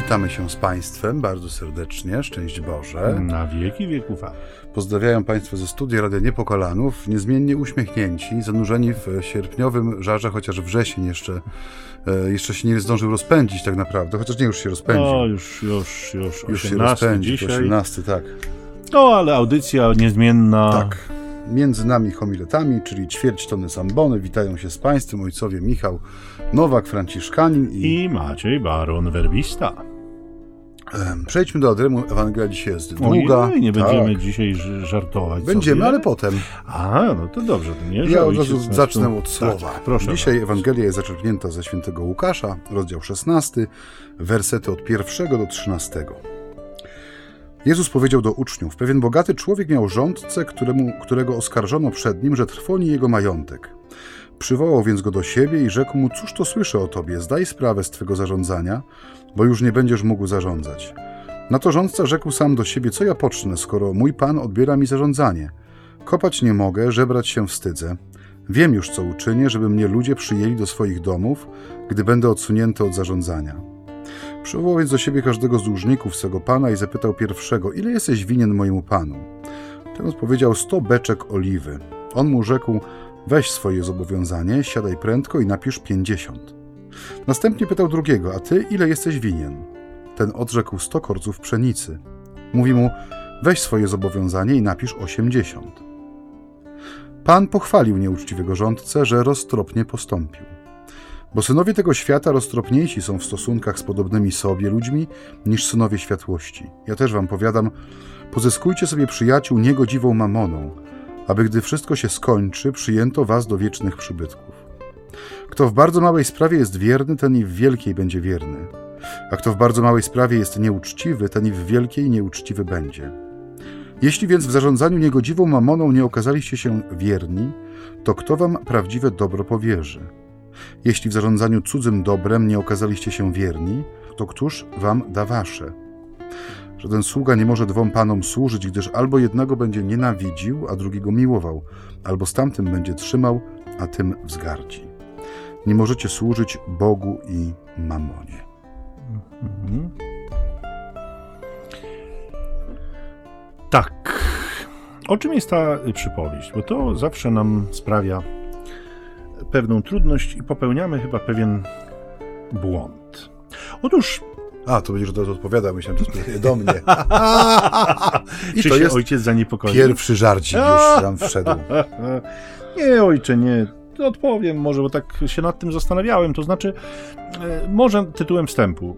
Witamy się z Państwem bardzo serdecznie, szczęść Boże. Na wieki wieków. Pozdrawiają Państwa ze studia Radia Niepokalanów, niezmiennie uśmiechnięci, zanurzeni w sierpniowym żarze, chociaż wrzesień jeszcze się nie zdążył rozpędzić tak naprawdę, chociaż nie, już się rozpędził. No, już 18 się rozpędził, dzisiaj. 18, tak. No, ale audycja niezmienna. Tak. Między nami homiletami, czyli ćwierć tony Sambony, witają się z Państwem ojcowie Michał Nowak, Franciszkanin i Maciej Baron, werbista. Przejdźmy do Adremu. Ewangelia dzisiaj jest długa. Ojej, nie będziemy dzisiaj żartować. Będziemy, sobie. ale potem. No to dobrze. To nie, ja od razu zacznę od słowa. Tak, proszę dzisiaj bardzo. Ewangelia jest zaczerpnięta ze świętego Łukasza, rozdział 16, wersety od 1 do 13. Jezus powiedział do uczniów: pewien bogaty człowiek miał rządcę, którego oskarżono przed nim, że trwoni jego majątek. Przywołał więc go do siebie i rzekł mu: cóż to słyszę o tobie, zdaj sprawę z twego zarządzania, bo już nie będziesz mógł zarządzać. Na to rządca rzekł sam do siebie: co ja pocznę, skoro mój pan odbiera mi zarządzanie? Kopać nie mogę, żebrać się wstydzę. Wiem już, co uczynię, żeby mnie ludzie przyjęli do swoich domów, gdy będę odsunięty od zarządzania. Przywołał więc do siebie każdego z dłużników swego pana i zapytał pierwszego: ile jesteś winien mojemu panu? Ten odpowiedział: 100 beczek oliwy. On mu rzekł: weź swoje zobowiązanie, siadaj prędko i napisz 50. Następnie pytał drugiego: a ty ile jesteś winien? Ten odrzekł: 100 korców pszenicy. Mówi mu: weź swoje zobowiązanie i napisz 80. Pan pochwalił nieuczciwego rządcę, że roztropnie postąpił. Bo synowie tego świata roztropniejsi są w stosunkach z podobnymi sobie ludźmi niż synowie światłości. Ja też wam powiadam, pozyskujcie sobie przyjaciół niegodziwą mamoną, aby gdy wszystko się skończy, przyjęto was do wiecznych przybytków. Kto w bardzo małej sprawie jest wierny, ten i w wielkiej będzie wierny. A kto w bardzo małej sprawie jest nieuczciwy, ten i w wielkiej nieuczciwy będzie. Jeśli więc w zarządzaniu niegodziwą mamoną nie okazaliście się wierni, to kto wam prawdziwe dobro powierzy? Jeśli w zarządzaniu cudzym dobrem nie okazaliście się wierni, to któż wam da wasze? Żaden sługa nie może dwom panom służyć, gdyż albo jednego będzie nienawidził, a drugiego miłował, albo z tamtym będzie trzymał, a tym wzgardzi. Nie możecie służyć Bogu i mamonie. Tak. O czym jest ta przypowieść? Bo to zawsze nam sprawia pewną trudność i popełniamy chyba pewien błąd. Otóż... to będziesz to odpowiadał, myślałem, że to jest do mnie. I czy to jest ojciec zaniepokoił? Pierwszy żarcik już tam wszedł. Nie, ojcze, nie. Odpowiem może, bo tak się nad tym zastanawiałem. To znaczy, może tytułem wstępu.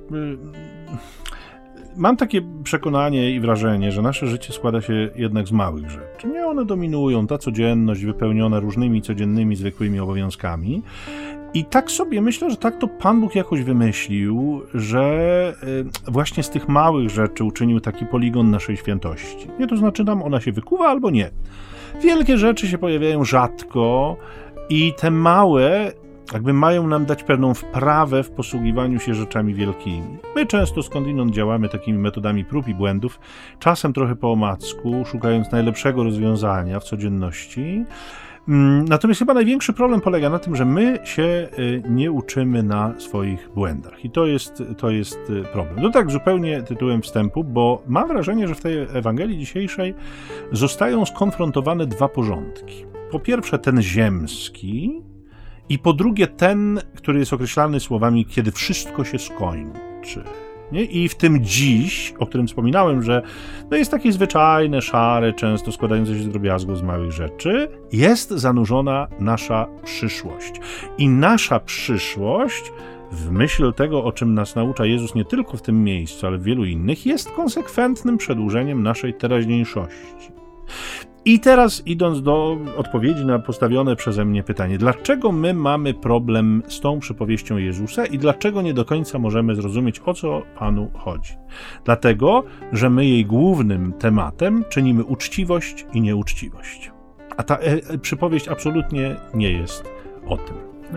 Mam takie przekonanie i wrażenie, że nasze życie składa się jednak z małych rzeczy. Nie one dominują, ta codzienność wypełniona różnymi codziennymi, zwykłymi obowiązkami. I tak sobie myślę, że tak to Pan Bóg jakoś wymyślił, że właśnie z tych małych rzeczy uczynił taki poligon naszej świętości. Nie, to znaczy nam ona się wykuwa albo nie. Wielkie rzeczy się pojawiają rzadko i te małe jakby mają nam dać pewną wprawę w posługiwaniu się rzeczami wielkimi. My często skądinąd działamy takimi metodami prób i błędów, czasem trochę po omacku, szukając najlepszego rozwiązania w codzienności. Natomiast chyba największy problem polega na tym, że my się nie uczymy na swoich błędach. I to jest problem. No tak zupełnie tytułem wstępu, bo mam wrażenie, że w tej Ewangelii dzisiejszej zostają skonfrontowane dwa porządki. Po pierwsze ten ziemski, i po drugie ten, który jest określany słowami, kiedy wszystko się skończy. Nie? I w tym dziś, o którym wspominałem, że jest takie zwyczajne, szare, często składające się z drobiazgów, z małych rzeczy, jest zanurzona nasza przyszłość. I nasza przyszłość, w myśl tego, o czym nas naucza Jezus nie tylko w tym miejscu, ale w wielu innych, jest konsekwentnym przedłużeniem naszej teraźniejszości. I teraz idąc do odpowiedzi na postawione przeze mnie pytanie, dlaczego my mamy problem z tą przypowieścią Jezusa i dlaczego nie do końca możemy zrozumieć, o co Panu chodzi? Dlatego, że my jej głównym tematem czynimy uczciwość i nieuczciwość. A ta przypowieść absolutnie nie jest o tym.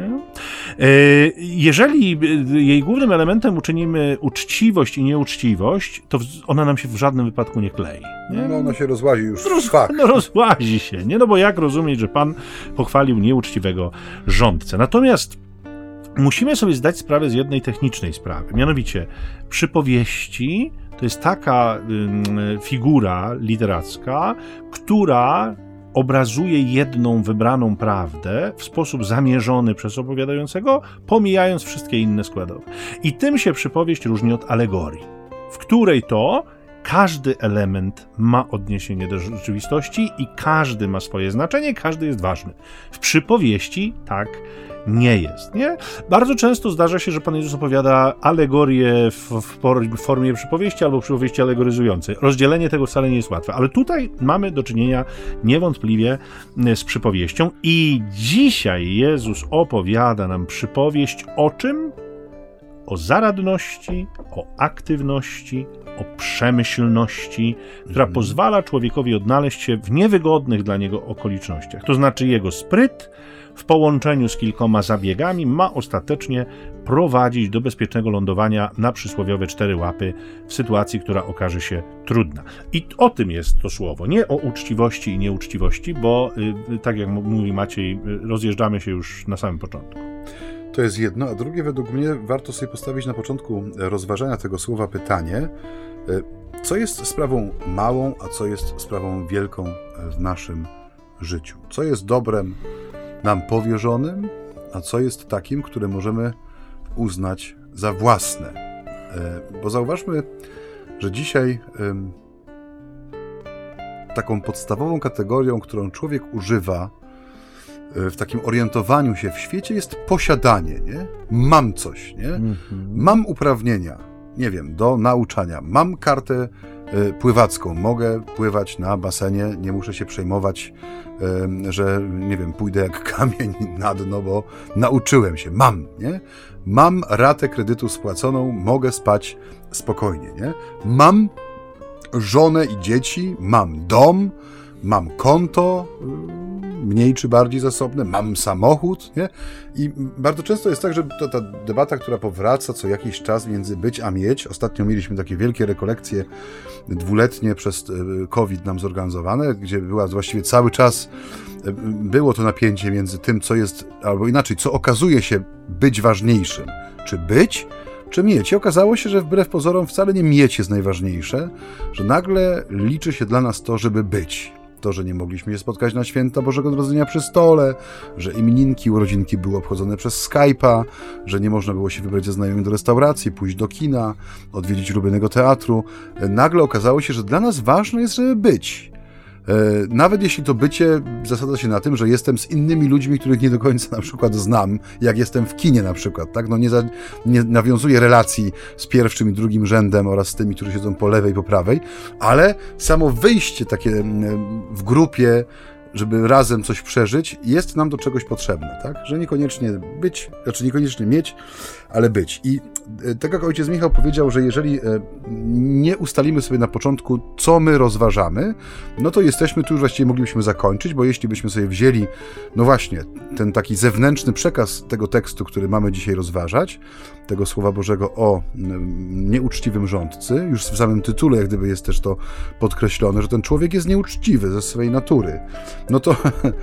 Jeżeli jej głównym elementem uczynimy uczciwość i nieuczciwość, to ona nam się w żadnym wypadku nie klei. Nie? No ona się rozłazi już w szwach. Rozłazi się, nie? No bo jak rozumieć, że Pan pochwalił nieuczciwego rządcę? Natomiast musimy sobie zdać sprawę z jednej technicznej sprawy. Mianowicie przypowieści to jest taka figura literacka, która obrazuje jedną wybraną prawdę w sposób zamierzony przez opowiadającego, pomijając wszystkie inne składowe. I tym się przypowieść różni od alegorii, w której to każdy element ma odniesienie do rzeczywistości i każdy ma swoje znaczenie, każdy jest ważny. W przypowieści tak nie jest, nie? Bardzo często zdarza się, że Pan Jezus opowiada alegorię w formie przypowieści albo przypowieści alegoryzującej. Rozdzielenie tego wcale nie jest łatwe, ale tutaj mamy do czynienia niewątpliwie z przypowieścią i dzisiaj Jezus opowiada nam przypowieść o czym? O zaradności, o aktywności, o przemyślności, która pozwala człowiekowi odnaleźć się w niewygodnych dla niego okolicznościach. To znaczy jego spryt w połączeniu z kilkoma zabiegami ma ostatecznie prowadzić do bezpiecznego lądowania na przysłowiowe 4 łapy w sytuacji, która okaże się trudna. I o tym jest to słowo, nie o uczciwości i nieuczciwości, bo tak jak mówi Maciej, rozjeżdżamy się już na samym początku. To jest jedno, a drugie według mnie warto sobie postawić na początku rozważania tego słowa pytanie, co jest sprawą małą, a co jest sprawą wielką w naszym życiu. Co jest dobrem nam powierzonym, a co jest takim, które możemy uznać za własne. Bo zauważmy, że dzisiaj taką podstawową kategorią, którą człowiek używa w takim orientowaniu się w świecie, jest posiadanie, nie? Mam coś, nie? Mam uprawnienia, nie wiem, do nauczania. Mam kartę pływacką, mogę pływać na basenie, nie muszę się przejmować, że, nie wiem, pójdę jak kamień na dno, bo nauczyłem się. Mam, nie? Mam ratę kredytu spłaconą, mogę spać spokojnie, nie? Mam żonę i dzieci, mam dom, mam konto, mniej czy bardziej zasobne, mam samochód, nie? I bardzo często jest tak, że ta debata, która powraca co jakiś czas między być a mieć, ostatnio mieliśmy takie wielkie rekolekcje 2-letnie przez COVID nam zorganizowane, gdzie była właściwie cały czas, było to napięcie między tym, co jest, albo inaczej, co okazuje się być ważniejszym, czy być, czy mieć. I okazało się, że wbrew pozorom wcale nie mieć jest najważniejsze, że nagle liczy się dla nas to, żeby być. To, że nie mogliśmy się spotkać na święta Bożego Narodzenia przy stole, że imieninki, urodzinki były obchodzone przez Skype'a, że nie można było się wybrać ze znajomymi do restauracji, pójść do kina, odwiedzić ulubionego teatru. Nagle okazało się, że dla nas ważne jest, żeby być. Nawet jeśli to bycie zasadza się na tym, że jestem z innymi ludźmi, których nie do końca na przykład znam, jak jestem w kinie na przykład, tak? No nie nawiązuję relacji z pierwszym i drugim rzędem oraz z tymi, którzy siedzą po lewej i po prawej, ale samo wyjście takie w grupie, żeby razem coś przeżyć, jest nam do czegoś potrzebne, tak? Że niekoniecznie być, znaczy niekoniecznie mieć, ale być. I tak jak ojciec Michał powiedział, że jeżeli nie ustalimy sobie na początku, co my rozważamy, no to jesteśmy, tu już właściwie moglibyśmy zakończyć, bo jeśli byśmy sobie wzięli, no właśnie, ten taki zewnętrzny przekaz tego tekstu, który mamy dzisiaj rozważać, tego Słowa Bożego o nieuczciwym rządcy, już w samym tytule jak gdyby jest też to podkreślone, że ten człowiek jest nieuczciwy ze swojej natury, no to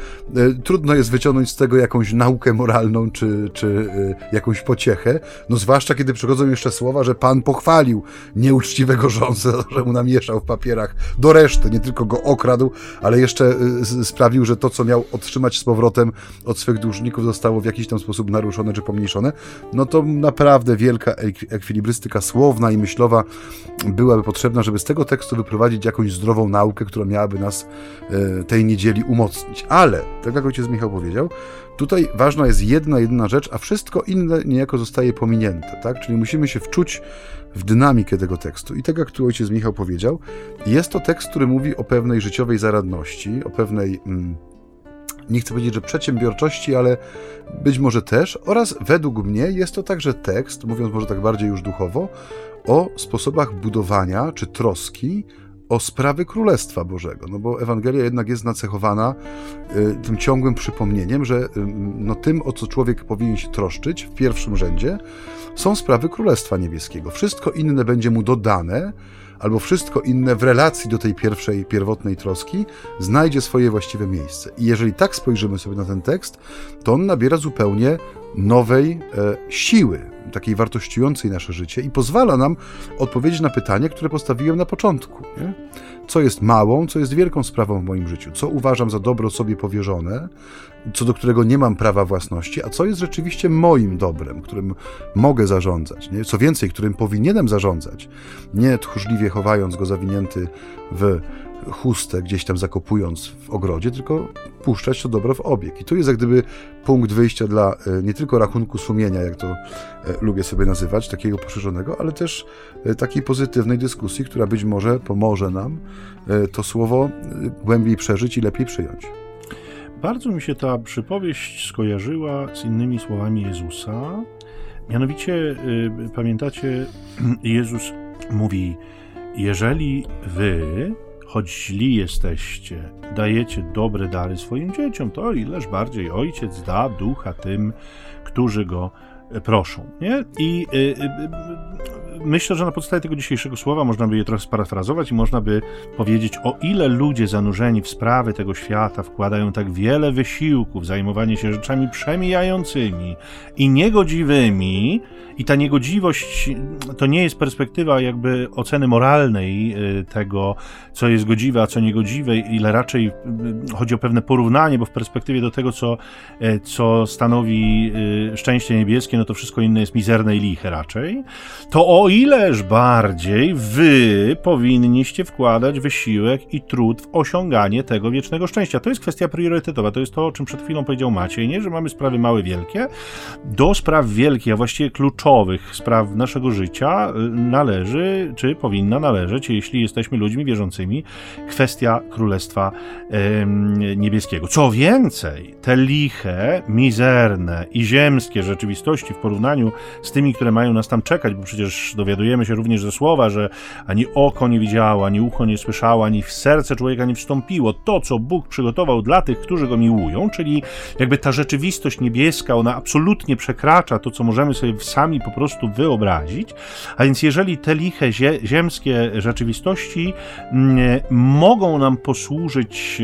trudno jest wyciągnąć z tego jakąś naukę moralną, czy jakąś pociechę, no zwłaszcza kiedy przychodzą jeszcze słowa, że Pan pochwalił nieuczciwego rządcę, że mu namieszał w papierach do reszty, nie tylko go okradł, ale jeszcze sprawił, że to, co miał otrzymać z powrotem od swych dłużników, zostało w jakiś tam sposób naruszone czy pomniejszone, no to naprawdę wielka ekwilibrystyka słowna i myślowa byłaby potrzebna, żeby z tego tekstu wyprowadzić jakąś zdrową naukę, która miałaby nas tej niedzieli umocnić. Ale, tak jak ojciec Michał powiedział, tutaj ważna jest jedna rzecz, a wszystko inne niejako zostaje pominięte, tak? Czyli musimy się wczuć w dynamikę tego tekstu. I tak jak tu ojciec Michał powiedział, jest to tekst, który mówi o pewnej życiowej zaradności, o pewnej, nie chcę powiedzieć, że przedsiębiorczości, ale być może też, oraz według mnie jest to także tekst, mówiąc może tak bardziej już duchowo, o sposobach budowania czy troski o sprawy Królestwa Bożego. No bo Ewangelia jednak jest nacechowana tym ciągłym przypomnieniem, że no, tym, o co człowiek powinien się troszczyć w pierwszym rzędzie, są sprawy Królestwa Niebieskiego. Wszystko inne będzie mu dodane, albo wszystko inne w relacji do tej pierwszej, pierwotnej troski znajdzie swoje właściwe miejsce. I jeżeli tak spojrzymy sobie na ten tekst, to on nabiera zupełnie nowej siły, takiej wartościującej nasze życie i pozwala nam odpowiedzieć na pytanie, które postawiłem na początku. Nie? Co jest małą, co jest wielką sprawą w moim życiu, co uważam za dobro sobie powierzone, co do którego nie mam prawa własności, a co jest rzeczywiście moim dobrem, którym mogę zarządzać. Nie? Co więcej, którym powinienem zarządzać, nie tchórzliwie chowając go zawinięty w chustę, gdzieś tam zakopując w ogrodzie, tylko puszczać to dobro w obieg. I tu jest jak gdyby punkt wyjścia dla nie tylko rachunku sumienia, jak to lubię sobie nazywać, takiego poszerzonego, ale też takiej pozytywnej dyskusji, która być może pomoże nam to słowo głębiej przeżyć i lepiej przyjąć. Bardzo mi się ta przypowieść skojarzyła z innymi słowami Jezusa. Mianowicie, pamiętacie, Jezus mówi: jeżeli wy, choć źli jesteście, dajecie dobre dary swoim dzieciom, to ileż bardziej Ojciec da ducha tym, którzy go proszą. Nie? I myślę, że na podstawie tego dzisiejszego słowa można by je trochę sparafrazować i można by powiedzieć, o ile ludzie zanurzeni w sprawy tego świata wkładają tak wiele wysiłku w zajmowanie się rzeczami przemijającymi i niegodziwymi, i ta niegodziwość to nie jest perspektywa jakby oceny moralnej tego, co jest godziwe, a co niegodziwe, ile raczej chodzi o pewne porównanie, bo w perspektywie do tego, co stanowi szczęście niebieskie, no to wszystko inne jest mizerne i liche raczej, to o ileż bardziej wy powinniście wkładać wysiłek i trud w osiąganie tego wiecznego szczęścia. To jest kwestia priorytetowa, to jest to, o czym przed chwilą powiedział Maciej, nie? Że mamy sprawy małe, wielkie. Do spraw wielkich, a właściwie kluczowych spraw naszego życia należy, czy powinna należeć, jeśli jesteśmy ludźmi wierzącymi, kwestia Królestwa Niebieskiego. Co więcej, te liche, mizerne i ziemskie rzeczywistości w porównaniu z tymi, które mają nas tam czekać, bo przecież dowiadujemy się również ze słowa, że ani oko nie widziało, ani ucho nie słyszało, ani w serce człowieka nie wstąpiło to, co Bóg przygotował dla tych, którzy go miłują, czyli jakby ta rzeczywistość niebieska, ona absolutnie przekracza to, co możemy sobie sami po prostu wyobrazić, a więc jeżeli te liche ziemskie rzeczywistości mogą nam posłużyć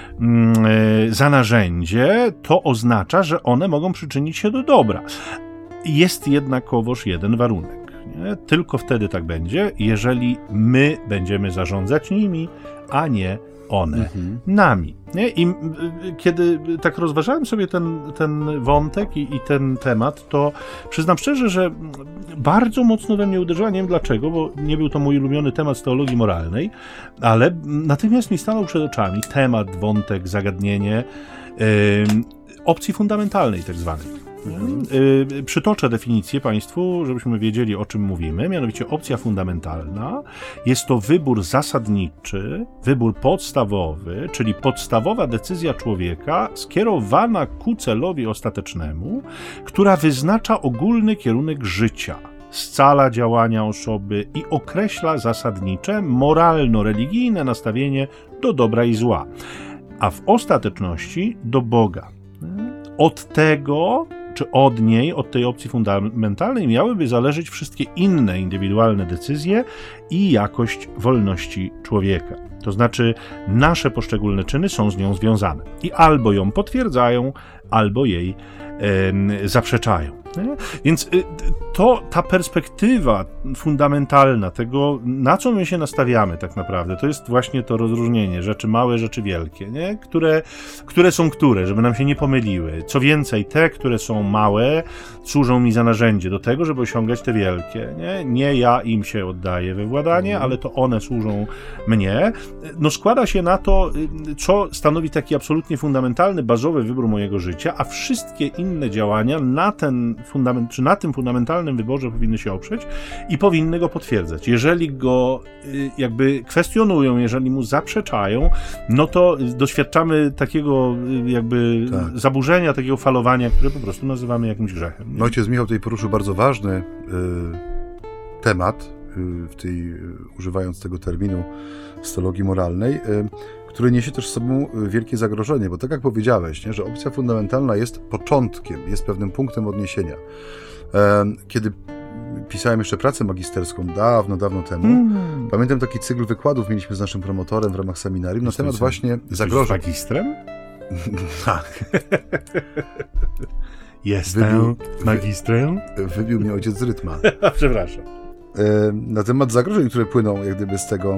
za narzędzie, to oznacza, że one mogą przyczynić się do dobra. Jest jednakowoż jeden warunek. Nie? Tylko wtedy tak będzie, jeżeli my będziemy zarządzać nimi, a nie one nami. Nie? I kiedy tak rozważałem sobie ten wątek i ten temat, to przyznam szczerze, że bardzo mocno we mnie uderzyła, nie wiem dlaczego, bo nie był to mój ulubiony temat z teologii moralnej, ale natychmiast mi stanął przed oczami temat, wątek, zagadnienie opcji fundamentalnej tak zwanej. Przytoczę definicję Państwu, żebyśmy wiedzieli, o czym mówimy. Mianowicie opcja fundamentalna jest to wybór zasadniczy, wybór podstawowy, czyli podstawowa decyzja człowieka skierowana ku celowi ostatecznemu, która wyznacza ogólny kierunek życia, scala działania osoby i określa zasadnicze, moralno-religijne nastawienie do dobra i zła, a w ostateczności do Boga. Od tego, czy od niej, od tej opcji fundamentalnej miałyby zależeć wszystkie inne indywidualne decyzje i jakość wolności człowieka. To znaczy nasze poszczególne czyny są z nią związane i albo ją potwierdzają, albo jej zaprzeczają. Nie? Więc ta perspektywa fundamentalna tego, na co my się nastawiamy tak naprawdę, to jest właśnie to rozróżnienie rzeczy małe, rzeczy wielkie, nie? Które są które, żeby nam się nie pomyliły. Co więcej, te, które są małe, służą mi za narzędzie do tego, żeby osiągać te wielkie. Nie ja im się oddaję we władanie, ale to one służą mnie. No składa się na to, co stanowi taki absolutnie fundamentalny, bazowy wybór mojego życia, a wszystkie inne działania na tym fundamentalnym wyborze powinny się oprzeć i powinny go potwierdzać. Jeżeli go jakby kwestionują, jeżeli mu zaprzeczają, no to doświadczamy takiego jakby zaburzenia, takiego falowania, które po prostu nazywamy jakimś grzechem. Nie? Ojciec Michał tutaj poruszył bardzo ważny temat, używając tego terminu z teologii moralnej, który niesie też z sobą wielkie zagrożenie, bo tak jak powiedziałeś, nie, że opcja fundamentalna jest początkiem, jest pewnym punktem odniesienia. Kiedy pisałem jeszcze pracę magisterską dawno temu, pamiętam taki cykl wykładów mieliśmy z naszym promotorem w ramach seminarium na temat właśnie zagrożeń. Magistrem? Tak. Jestem magistrem. Wybił mnie ojciec z rytma. Przepraszam. Na temat zagrożeń, które płyną jak gdyby z tego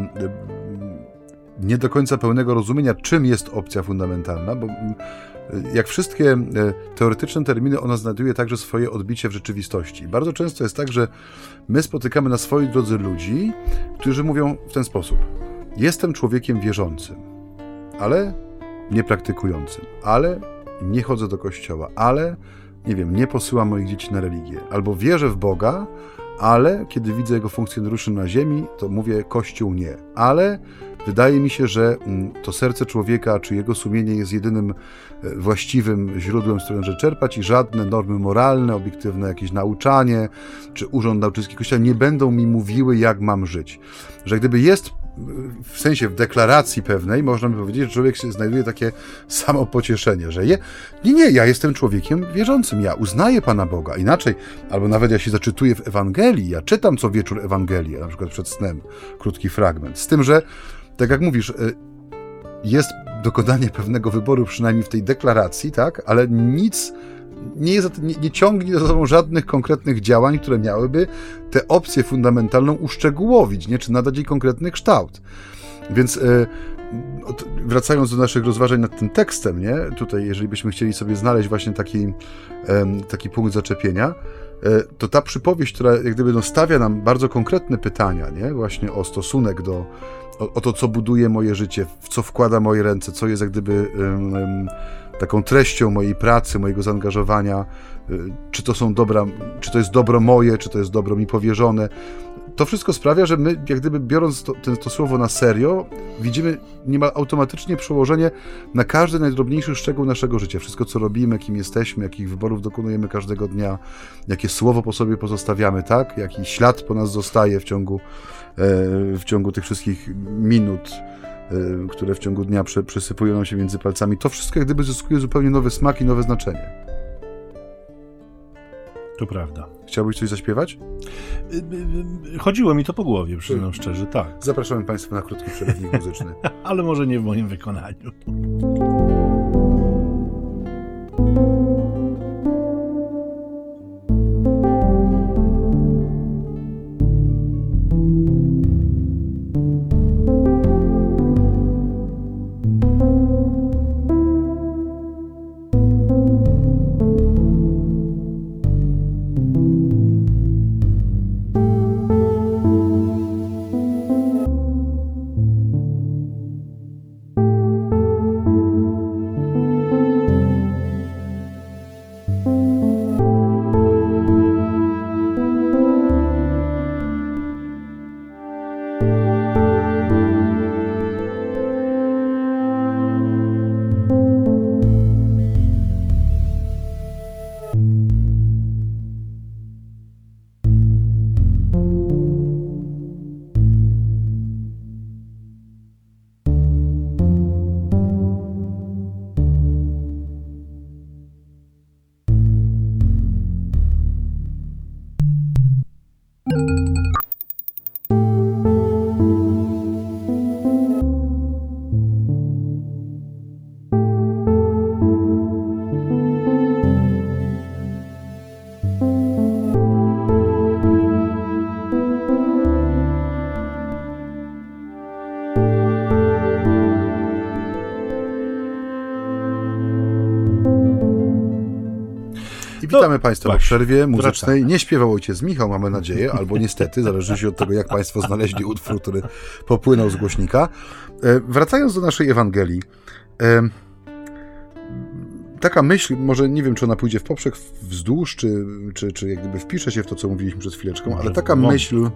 nie do końca pełnego rozumienia, czym jest opcja fundamentalna, bo jak wszystkie teoretyczne terminy, ona znajduje także swoje odbicie w rzeczywistości. Bardzo często jest tak, że my spotykamy na swojej drodze ludzi, którzy mówią w ten sposób: jestem człowiekiem wierzącym, ale nie praktykującym, ale nie chodzę do kościoła, ale nie wiem, nie posyłam moich dzieci na religię, albo wierzę w Boga, ale kiedy widzę jego funkcjonariuszy na ziemi, to mówię Kościół nie, ale wydaje mi się, że to serce człowieka, czy jego sumienie jest jedynym właściwym źródłem, z którym należy czerpać i żadne normy moralne, obiektywne jakieś nauczanie, czy urząd nauczycielski Kościoła nie będą mi mówiły, jak mam żyć. Że gdyby jest, w sensie w deklaracji pewnej, można by powiedzieć, że człowiek się znajduje takie samopocieszenie, że nie, ja jestem człowiekiem wierzącym, ja uznaję Pana Boga. Inaczej, albo nawet ja się zaczytuję w Ewangelii, ja czytam co wieczór Ewangelię, na przykład przed snem, krótki fragment. Z tym, że tak jak mówisz, jest dokonanie pewnego wyboru, przynajmniej w tej deklaracji, tak, ale nic nie ciągnie za sobą żadnych konkretnych działań, które miałyby tę opcję fundamentalną uszczegółowić, nie, czy nadać jej konkretny kształt. Więc wracając do naszych rozważań nad tym tekstem, nie, tutaj jeżeli byśmy chcieli sobie znaleźć właśnie taki punkt zaczepienia, to ta przypowieść, która jak gdyby stawia nam bardzo konkretne pytania, nie, właśnie o stosunek o to, co buduje moje życie, w co wkłada moje ręce, co jest jak gdyby taką treścią mojej pracy, mojego zaangażowania, czy to jest dobro moje, czy to jest dobro mi powierzone. To wszystko sprawia, że my, jak gdyby biorąc to słowo na serio, widzimy niemal automatycznie przełożenie na każdy najdrobniejszy szczegół naszego życia. Wszystko, co robimy, kim jesteśmy, jakich wyborów dokonujemy każdego dnia, jakie słowo po sobie pozostawiamy, tak? Jaki ślad po nas zostaje w ciągu tych wszystkich minut, które w ciągu dnia przesypują nam się między palcami. To wszystko jak gdyby zyskuje zupełnie nowy smak i nowe znaczenie. To prawda. Chciałbyś coś zaśpiewać? Chodziło mi to po głowie, przyznam szczerze, tak. Zapraszamy Państwa na krótki przerywnik muzyczny. Ale może nie w moim wykonaniu. I witamy Państwa po przerwie muzycznej. Nie śpiewał ojciec Michał, mamy nadzieję, albo niestety, zależy się od tego, jak Państwo znaleźli utwór, który popłynął z głośnika. Wracając do naszej Ewangelii, taka myśl, może nie wiem, czy ona pójdzie w poprzek, wzdłuż, czy jak gdyby wpisze się w to, co mówiliśmy przed chwileczką, może ale taka myśl,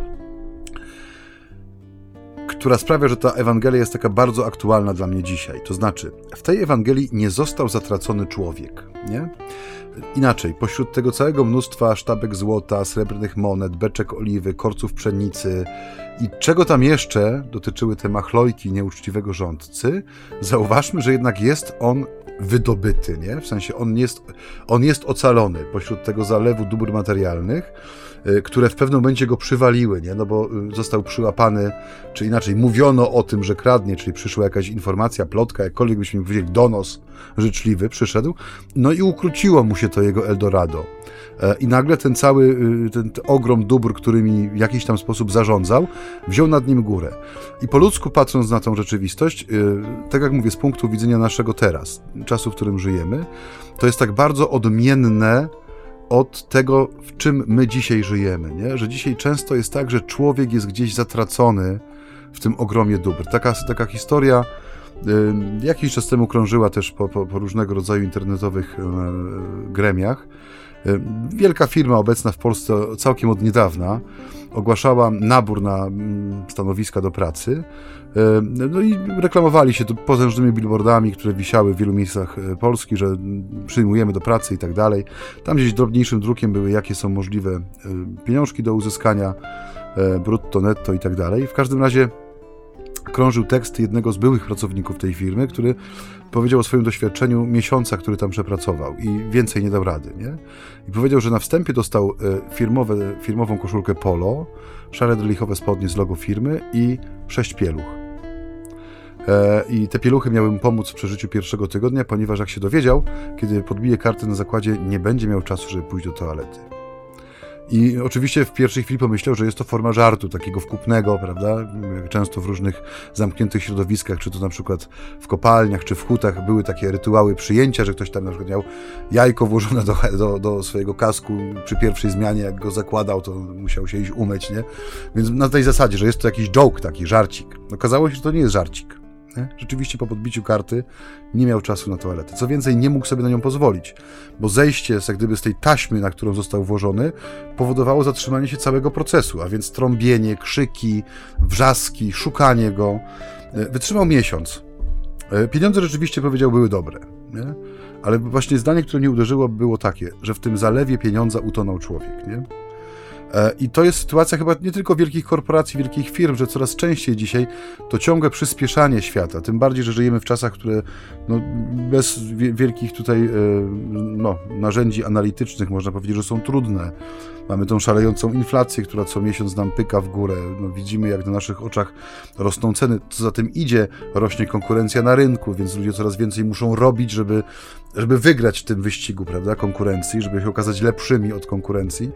która sprawia, że ta Ewangelia jest taka bardzo aktualna dla mnie dzisiaj. To znaczy, w tej Ewangelii nie został zatracony człowiek, nie? Inaczej, pośród tego całego mnóstwa sztabek złota, srebrnych monet, beczek oliwy, korców pszenicy i czego tam jeszcze dotyczyły te machlojki nieuczciwego rządcy, zauważmy, że jednak jest on wydobyty, nie? W sensie on jest ocalony pośród tego zalewu dóbr materialnych, które w pewnym momencie go przywaliły, nie? No bo został przyłapany, czy inaczej mówiono o tym, że kradnie, czyli przyszła jakaś informacja, plotka, jakkolwiek byśmy powiedzieli, donos życzliwy, przyszedł, no i ukróciło mu się to jego Eldorado. I nagle ten ogrom dóbr, którymi w jakiś tam sposób zarządzał, wziął nad nim górę. I po ludzku patrząc na tą rzeczywistość, tak jak mówię, z punktu widzenia naszego teraz, czasu, w którym żyjemy, to jest tak bardzo odmienne od tego, w czym my dzisiaj żyjemy, nie? Że dzisiaj często jest tak, że człowiek jest gdzieś zatracony w tym ogromie dóbr. Taka historia jakiś czas temu krążyła też po różnego rodzaju internetowych gremiach. Wielka firma obecna w Polsce całkiem od niedawna ogłaszała nabór na stanowiska do pracy, no i reklamowali się to potężnymi billboardami, które wisiały w wielu miejscach Polski, że przyjmujemy do pracy i tak dalej. Tam gdzieś drobniejszym drukiem były, jakie są możliwe pieniążki do uzyskania, brutto, netto i tak dalej. W każdym razie krążył tekst jednego z byłych pracowników tej firmy, który powiedział o swoim doświadczeniu miesiąca, który tam przepracował i więcej nie dał rady, nie? I powiedział, że na wstępie dostał firmową koszulkę polo, szare drylichowe spodnie z logo firmy i 6 pieluch. I te pieluchy miały mu pomóc w przeżyciu pierwszego tygodnia, ponieważ jak się dowiedział, kiedy podbije kartę na zakładzie, nie będzie miał czasu, żeby pójść do toalety. I oczywiście w pierwszej chwili pomyślał, że jest to forma żartu, takiego wkupnego, prawda? Jak często w różnych zamkniętych środowiskach, czy to na przykład w kopalniach, czy w hutach były takie rytuały przyjęcia, że ktoś tam na przykład miał jajko włożone do swojego kasku przy pierwszej zmianie, jak go zakładał, to musiał się iść umyć, nie? Więc na tej zasadzie, że jest to jakiś joke, taki żarcik. Okazało się, że to nie jest żarcik. Nie? Rzeczywiście po podbiciu karty nie miał czasu na toaletę. Co więcej, nie mógł sobie na nią pozwolić, bo zejście jak gdyby z tej taśmy, na którą został włożony, powodowało zatrzymanie się całego procesu, a więc trąbienie, krzyki, wrzaski, szukanie go. Wytrzymał miesiąc. Pieniądze rzeczywiście, powiedział, były dobre, nie? Ale właśnie zdanie, które mnie uderzyło, było takie, że w tym zalewie pieniądza utonął człowiek, nie? I to jest sytuacja chyba nie tylko wielkich korporacji, wielkich firm, że coraz częściej dzisiaj to ciągłe przyspieszanie świata, tym bardziej, że żyjemy w czasach, które bez wielkich tutaj narzędzi analitycznych można powiedzieć, że są trudne. Mamy tą szalejącą inflację, która co miesiąc nam pyka w górę. Widzimy, jak na naszych oczach rosną ceny. Co za tym idzie, rośnie konkurencja na rynku, więc ludzie coraz więcej muszą robić, żeby wygrać w tym wyścigu, prawda, konkurencji, żeby się okazać lepszymi od konkurencji.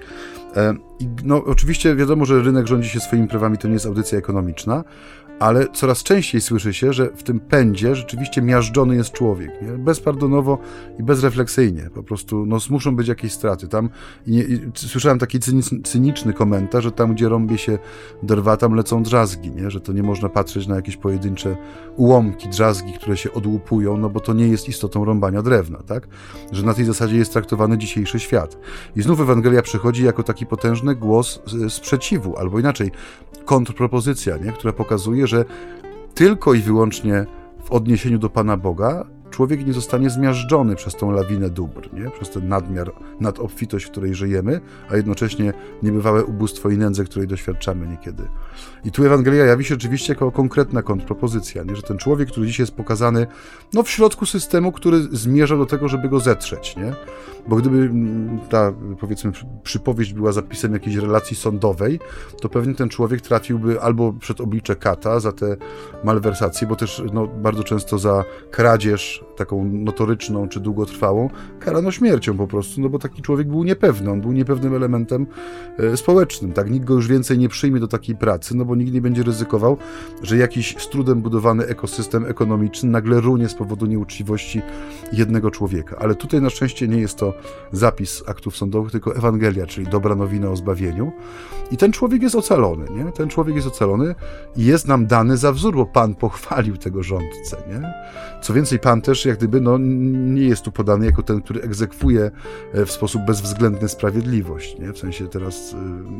I oczywiście wiadomo, że rynek rządzi się swoimi prawami, to nie jest audycja ekonomiczna, ale coraz częściej słyszy się, że w tym pędzie rzeczywiście miażdżony jest człowiek, nie? Bezpardonowo i bezrefleksyjnie. Po prostu muszą być jakieś straty. Tam słyszałem taki cyniczny komentarz, że tam, gdzie rąbie się drwa, tam lecą drzazgi, nie? Że to nie można patrzeć na jakieś pojedyncze ułomki, drzazgi, które się odłupują, bo to nie jest istotą rąbania drewna, tak? Że na tej zasadzie jest traktowany dzisiejszy świat. I znów Ewangelia przychodzi jako taki potężny głos sprzeciwu, albo inaczej, kontrpropozycja, nie? Która pokazuje, że tylko i wyłącznie w odniesieniu do Pana Boga człowiek nie zostanie zmiażdżony przez tą lawinę dóbr, nie? Przez ten nadmiar, nadobfitość, w której żyjemy, a jednocześnie niebywałe ubóstwo i nędzę, której doświadczamy niekiedy. I tu Ewangelia jawi się rzeczywiście jako konkretna kontrpropozycja, nie? Że ten człowiek, który dzisiaj jest pokazany w środku systemu, który zmierza do tego, żeby go zetrzeć, nie? Bo gdyby ta, powiedzmy, przypowieść była zapisem jakiejś relacji sądowej, to pewnie ten człowiek trafiłby albo przed oblicze kata za te malwersacje, bo też bardzo często za kradzież taką notoryczną czy długotrwałą karano śmiercią po prostu, bo taki człowiek był niepewny, on był niepewnym elementem społecznym, tak? Nikt go już więcej nie przyjmie do takiej pracy, bo nikt nie będzie ryzykował, że jakiś z trudem budowany ekosystem ekonomiczny nagle runie z powodu nieuczciwości jednego człowieka. Ale tutaj na szczęście nie jest to zapis aktów sądowych, tylko Ewangelia, czyli dobra nowina o zbawieniu. I ten człowiek jest ocalony, nie? Ten człowiek jest ocalony i jest nam dany za wzór, bo Pan pochwalił tego rządcę, nie? Co więcej, Pan też jak gdyby nie jest tu podany jako ten, który egzekwuje w sposób bezwzględny sprawiedliwość, nie? W sensie teraz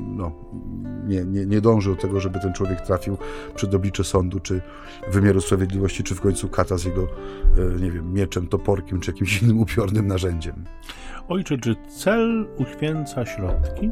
nie dąży do tego, żeby ten człowiek trafił przed oblicze sądu, czy wymiaru sprawiedliwości, czy w końcu kata z jego, mieczem, toporkiem, czy jakimś innym upiornym narzędziem. Ojcze, czy cel uświęca środki?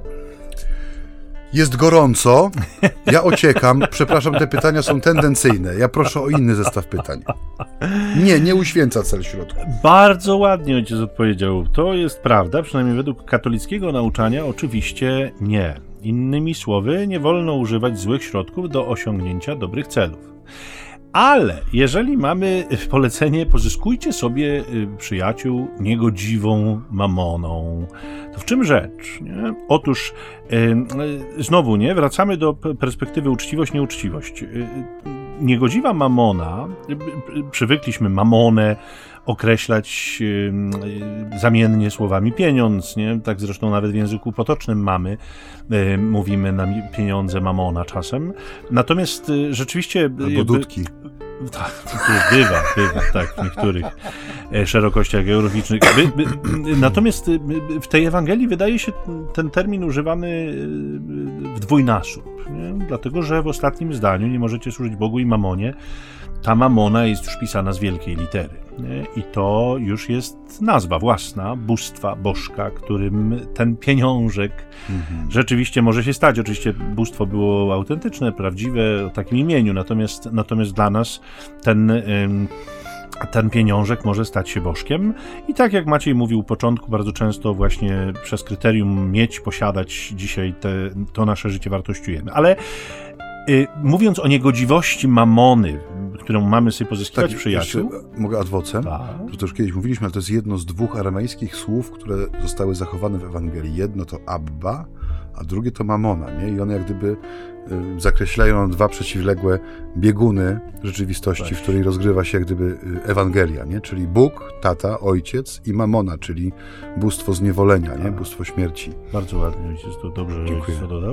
Jest gorąco, ja ociekam, przepraszam, te pytania są tendencyjne, ja proszę o inny zestaw pytań. Nie uświęca cel środków. Bardzo ładnie ojciec odpowiedział, to jest prawda, przynajmniej według katolickiego nauczania oczywiście nie. Innymi słowy, nie wolno używać złych środków do osiągnięcia dobrych celów. Ale jeżeli mamy polecenie, pozyskujcie sobie przyjaciół niegodziwą mamoną, to w czym rzecz? Nie? Otóż znowu, nie, wracamy do perspektywy uczciwość, nieuczciwość. Niegodziwa mamona, przywykliśmy mamonę określać zamiennie słowami pieniądz, nie? Tak zresztą nawet w języku potocznym mówimy na pieniądze mamona czasem. Natomiast rzeczywiście... Albo dudki. Bywa, tak, w niektórych szerokościach geograficznych. Natomiast w tej Ewangelii wydaje się ten termin używany w dwójnasób, nie? Dlatego że w ostatnim zdaniu nie możecie służyć Bogu i mamonie. Ta mamona jest już pisana z wielkiej litery. Nie? I to już jest nazwa własna, bóstwa, bożka, którym ten pieniążek rzeczywiście może się stać. Oczywiście bóstwo było autentyczne, prawdziwe, o takim imieniu, natomiast dla nas ten pieniążek może stać się bożkiem. I tak jak Maciej mówił u początku, bardzo często właśnie przez kryterium mieć, posiadać dzisiaj to nasze życie wartościujemy. Ale mówiąc o niegodziwości mamony, którą mamy sobie pozyskiwać przyjaciół... Mogę ad vocem? To też kiedyś mówiliśmy, ale to jest jedno z 2 aramejskich słów, które zostały zachowane w Ewangelii. Jedno to Abba, a drugie to mamona, nie? I one jak gdyby zakreślają 2 przeciwległe bieguny rzeczywistości, w której rozgrywa się jak gdyby Ewangelia, nie? Czyli Bóg, tata, ojciec i mamona, czyli bóstwo zniewolenia, nie? Bóstwo śmierci. Bardzo ładnie, ojciec to dobrze, że ojciec to dodał.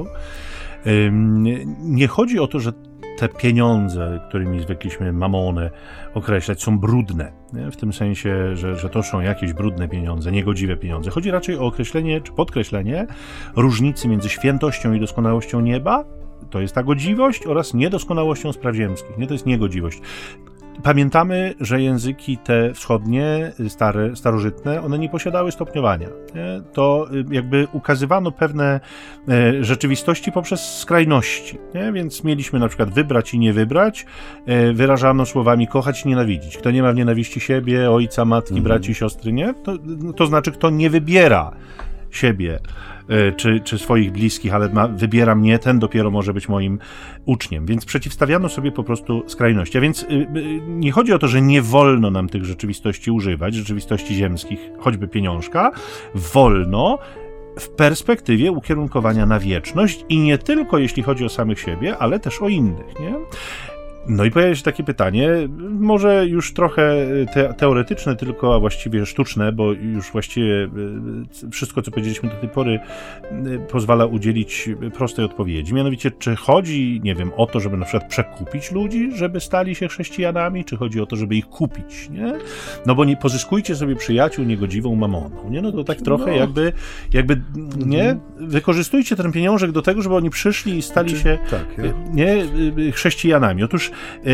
Nie chodzi o to, że te pieniądze, którymi zwykliśmy mamonę określać, są brudne. Nie? W tym sensie, że to są jakieś brudne pieniądze, niegodziwe pieniądze. Chodzi raczej o określenie, czy podkreślenie różnicy między świętością i doskonałością nieba, to jest ta godziwość, oraz niedoskonałością spraw ziemskich. Nie? To jest niegodziwość. Pamiętamy, że języki te wschodnie, starożytne, one nie posiadały stopniowania. Nie? To jakby ukazywano pewne rzeczywistości poprzez skrajności. Nie? Więc mieliśmy na przykład wybrać i nie wybrać. Wyrażano słowami kochać i nienawidzić. Kto nie ma w nienawiści siebie, ojca, matki, braci, siostry, nie? To znaczy, kto nie wybiera siebie czy swoich bliskich, ale wybiera mnie, ten dopiero może być moim uczniem. Więc przeciwstawiano sobie po prostu skrajności. A więc nie chodzi o to, że nie wolno nam tych rzeczywistości używać, rzeczywistości ziemskich, choćby pieniążka. Wolno w perspektywie ukierunkowania na wieczność i nie tylko jeśli chodzi o samych siebie, ale też o innych, nie? No i pojawia się takie pytanie, może już trochę teoretyczne tylko, a właściwie sztuczne, bo już właściwie wszystko, co powiedzieliśmy do tej pory, pozwala udzielić prostej odpowiedzi. Mianowicie, czy chodzi, nie wiem, o to, żeby na przykład przekupić ludzi, żeby stali się chrześcijanami, czy chodzi o to, żeby ich kupić, nie? No bo nie pozyskujcie sobie przyjaciół niegodziwą mamoną, nie? No to tak trochę jakby nie? Wykorzystujcie ten pieniążek do tego, żeby oni przyszli i stali się chrześcijanami. Otóż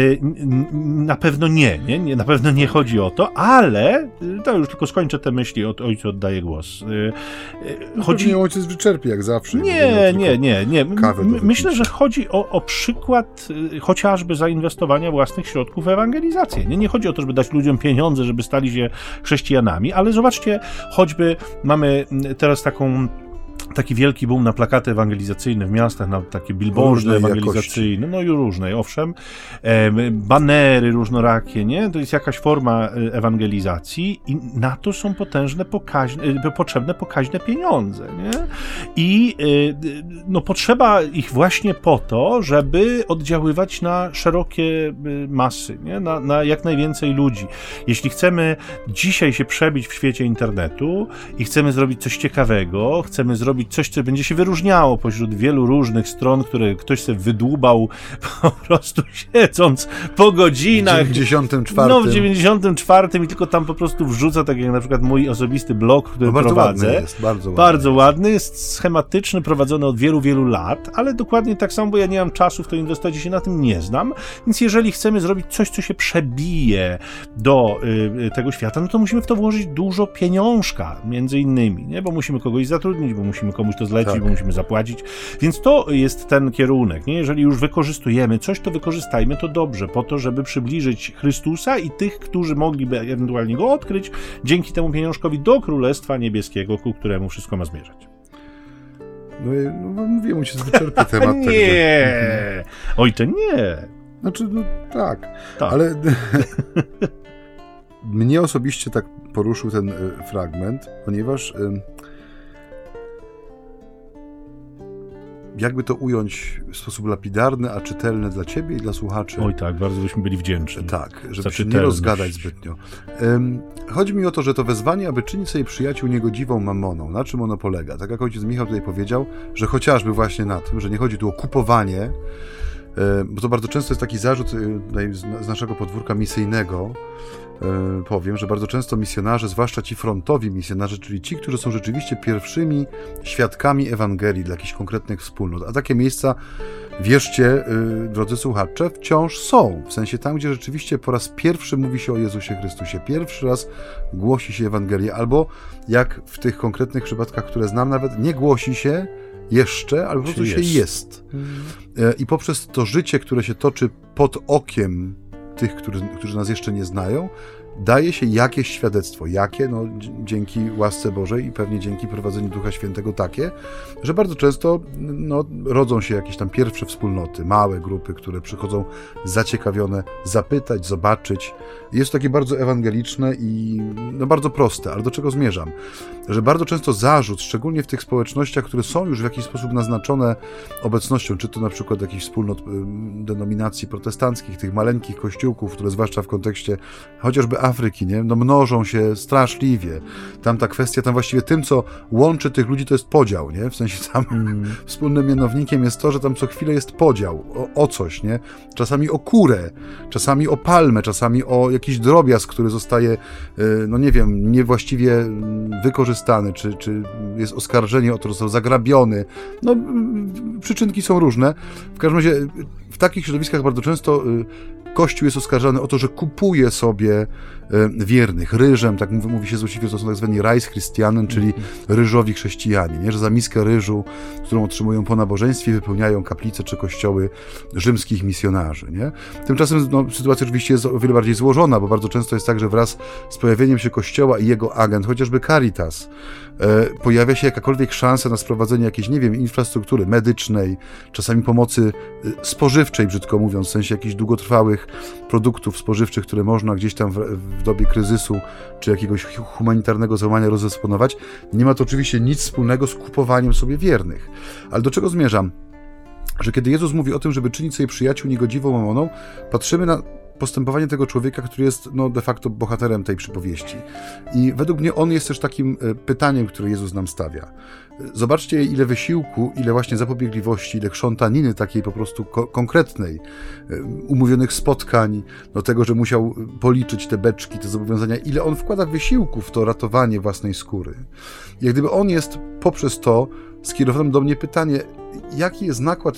na pewno nie, na pewno nie chodzi o to, ale to już tylko skończę te myśli, ojcu oddaję głos. Chodzi o ojciec wyczerpie, jak zawsze. Nie. Myślę, że chodzi o przykład chociażby zainwestowania własnych środków w ewangelizację. Nie chodzi o to, żeby dać ludziom pieniądze, żeby stali się chrześcijanami, ale zobaczcie, choćby mamy teraz taki wielki boom na plakaty ewangelizacyjne w miastach, na takie billboardy ewangelizacyjne, no i różne, owszem, banery różnorakie, nie? To jest jakaś forma ewangelizacji i na to są potrzebne pokaźne pieniądze, nie? I potrzeba ich właśnie po to, żeby oddziaływać na szerokie masy, nie? Na jak najwięcej ludzi. Jeśli chcemy dzisiaj się przebić w świecie internetu i chcemy zrobić coś ciekawego, chcemy zrobić coś, co będzie się wyróżniało pośród wielu różnych stron, które ktoś sobie wydłubał po prostu siedząc po godzinach. W 94. No, w 94 i tylko tam po prostu wrzuca, tak jak na przykład mój osobisty blog, który prowadzę. Bardzo ładny, jest schematyczny, prowadzony od wielu, wielu lat, ale dokładnie tak samo, bo ja nie mam czasu w to inwestować i się na tym nie znam, więc jeżeli chcemy zrobić coś, co się przebije do tego świata, no to musimy w to włożyć dużo pieniążka, między innymi, nie? Bo musimy kogoś zatrudnić, bo musimy komuś to zlecić, bo musimy zapłacić. Więc to jest ten kierunek, nie? Jeżeli już wykorzystujemy coś, to wykorzystajmy to dobrze, po to, żeby przybliżyć Chrystusa i tych, którzy mogliby ewentualnie go odkryć dzięki temu pieniążkowi do Królestwa Niebieskiego, ku któremu wszystko ma zmierzać. No mówiłem, mu się wyczerpie temat. Nie! Oj, to nie! Znaczy, no tak. Tak. Ale mnie osobiście tak poruszył ten fragment, ponieważ jakby to ująć w sposób lapidarny, a czytelny dla ciebie i dla słuchaczy. Oj tak, bardzo byśmy byli wdzięczni. Tak, żeby się nie rozgadać zbytnio. Chodzi mi o to, że to wezwanie, aby czynić sobie przyjaciół niegodziwą mamoną. Na czym ono polega? Tak jak ojciec Michał tutaj powiedział, że chociażby właśnie na tym, że nie chodzi tu o kupowanie, bo to bardzo często jest taki zarzut z naszego podwórka misyjnego, powiem, że bardzo często misjonarze, zwłaszcza ci frontowi misjonarze, czyli ci, którzy są rzeczywiście pierwszymi świadkami Ewangelii dla jakichś konkretnych wspólnot, a takie miejsca, wierzcie, drodzy słuchacze, wciąż są, w sensie tam, gdzie rzeczywiście po raz pierwszy mówi się o Jezusie Chrystusie, pierwszy raz głosi się Ewangelię, albo jak w tych konkretnych przypadkach, które znam, nawet nie głosi się jeszcze, ale po prostu się jest. I poprzez to życie, które się toczy pod okiem tych, którzy nas jeszcze nie znają, daje się jakieś świadectwo. Jakie? No, dzięki łasce Bożej i pewnie dzięki prowadzeniu Ducha Świętego takie, że bardzo często rodzą się jakieś tam pierwsze wspólnoty, małe grupy, które przychodzą zaciekawione zapytać, zobaczyć. Jest to takie bardzo ewangeliczne i bardzo proste, ale do czego zmierzam? Że bardzo często zarzut, szczególnie w tych społecznościach, które są już w jakiś sposób naznaczone obecnością, czy to na przykład jakichś wspólnot denominacji protestanckich, tych maleńkich kościółków, które zwłaszcza w kontekście chociażby Afryki, nie? Mnożą się straszliwie. Tam ta kwestia, tam właściwie tym, co łączy tych ludzi, to jest podział, nie? W sensie tam wspólnym mianownikiem jest to, że tam co chwilę jest podział o coś, nie? Czasami o kurę, czasami o palmę, czasami o jakiś drobiazg, który zostaje, niewłaściwie wykorzystany, czy jest oskarżenie o to, że został zagrabiony. Przyczynki są różne. W każdym razie w takich środowiskach bardzo często Kościół jest oskarżany o to, że kupuje sobie wiernych ryżem, tak mówi się złośliwie, to są tak zwani Reichschristianen, czyli ryżowi chrześcijanie, nie? Że za miskę ryżu, którą otrzymują po nabożeństwie, wypełniają kaplice czy kościoły rzymskich misjonarzy. Nie? Tymczasem sytuacja oczywiście jest o wiele bardziej złożona, bo bardzo często jest tak, że wraz z pojawieniem się Kościoła i jego agent, chociażby Caritas, pojawia się jakakolwiek szansa na sprowadzenie jakiejś, infrastruktury medycznej, czasami pomocy spożywczej, brzydko mówiąc, w sensie jakichś długotrwałych produktów spożywczych, które można gdzieś tam w dobie kryzysu czy jakiegoś humanitarnego załamania rozdysponować. Nie ma to oczywiście nic wspólnego z kupowaniem sobie wiernych. Ale do czego zmierzam? Że kiedy Jezus mówi o tym, żeby czynić sobie przyjaciół niegodziwą mamoną, patrzymy na postępowanie tego człowieka, który jest de facto bohaterem tej przypowieści. I według mnie on jest też takim pytaniem, które Jezus nam stawia. Zobaczcie, ile wysiłku, ile właśnie zapobiegliwości, ile chrzątaniny takiej po prostu konkretnej, umówionych spotkań, do tego, że musiał policzyć te beczki, te zobowiązania, ile on wkłada wysiłku w to ratowanie własnej skóry. Jak gdyby on jest poprzez to skierowany do mnie pytanie, jaki jest nakład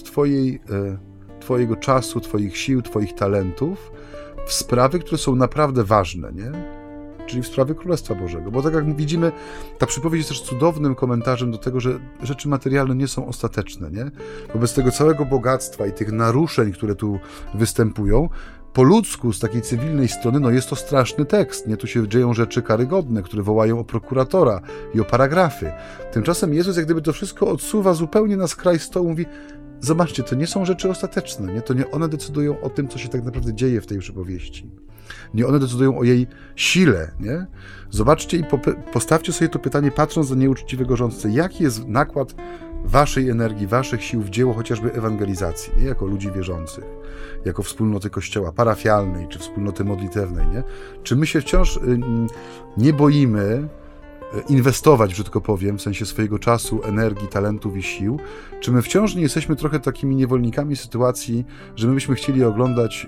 twojego czasu, twoich sił, twoich talentów w sprawy, które są naprawdę ważne, nie? Czyli w sprawy Królestwa Bożego. Bo tak jak widzimy, ta przypowieść jest też cudownym komentarzem do tego, że rzeczy materialne nie są ostateczne, nie? Wobec tego całego bogactwa i tych naruszeń, które tu występują, po ludzku, z takiej cywilnej strony, jest to straszny tekst, nie? Tu się dzieją rzeczy karygodne, które wołają o prokuratora i o paragrafy. Tymczasem Jezus jak gdyby to wszystko odsuwa zupełnie na skraj stołu, mówi: zobaczcie, to nie są rzeczy ostateczne, nie? To nie one decydują o tym, co się tak naprawdę dzieje w tej przypowieści. Nie one decydują o jej sile, nie? Zobaczcie i postawcie sobie to pytanie, patrząc na nieuczciwego rządcę, jaki jest nakład waszej energii, waszych sił w dzieło chociażby ewangelizacji, nie? Jako ludzi wierzących, jako wspólnoty Kościoła parafialnej, czy wspólnoty modlitewnej, nie? Czy my się wciąż nie boimy inwestować, brzydko powiem, w sensie swojego czasu, energii, talentów i sił, czy my wciąż nie jesteśmy trochę takimi niewolnikami sytuacji, że my byśmy chcieli oglądać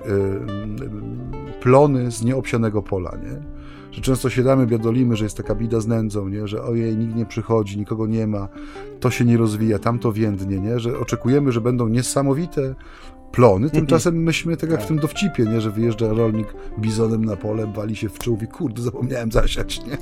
plony z nieobsianego pola, nie? Że często siadamy, biadolimy, że jest taka bida z nędzą, nie? Że ojej, nikt nie przychodzi, nikogo nie ma, to się nie rozwija, tamto więdnie, nie? Że oczekujemy, że będą niesamowite plony, tymczasem myśmy tak jak w tym dowcipie, nie? Że wyjeżdża rolnik bizonem na pole, wali się w czoł, mówi: kurde, zapomniałem zasiać, nie?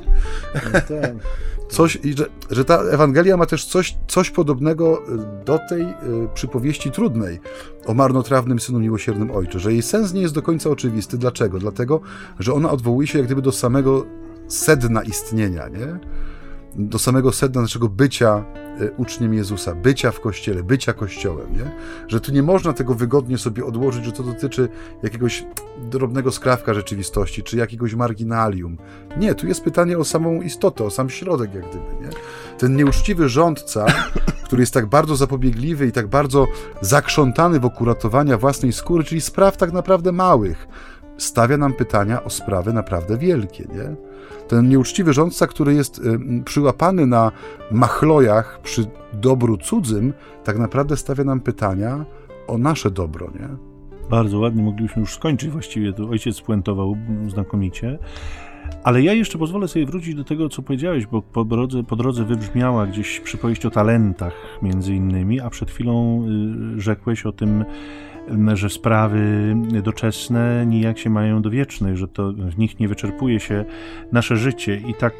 Coś, że ta Ewangelia ma też coś podobnego do tej przypowieści trudnej o marnotrawnym synu, miłosiernym ojcze, że jej sens nie jest do końca oczywisty. Dlaczego? Dlatego, że ona odwołuje się jak gdyby do samego sedna istnienia, nie? do samego sedna naszego bycia uczniem Jezusa, bycia w Kościele, bycia Kościołem, nie? Że tu nie można tego wygodnie sobie odłożyć, że to dotyczy jakiegoś drobnego skrawka rzeczywistości, czy jakiegoś marginalium. Nie, tu jest pytanie o samą istotę, o sam środek jak gdyby, nie? Ten nieuczciwy rządca, który jest tak bardzo zapobiegliwy i tak bardzo zakrzątany wokół ratowania własnej skóry, czyli spraw tak naprawdę małych, stawia nam pytania o sprawy naprawdę wielkie, nie? Ten nieuczciwy rządca, który jest przyłapany na machlojach przy dobru cudzym, tak naprawdę stawia nam pytania o nasze dobro, nie? Bardzo ładnie, moglibyśmy już skończyć właściwie, to ojciec spuentował znakomicie. Ale ja jeszcze pozwolę sobie wrócić do tego, co powiedziałeś, bo po drodze wybrzmiała gdzieś przypowieść o talentach między innymi, a przed chwilą rzekłeś o tym, że sprawy doczesne nijak się mają do wiecznych, że to w nich nie wyczerpuje się nasze życie. I tak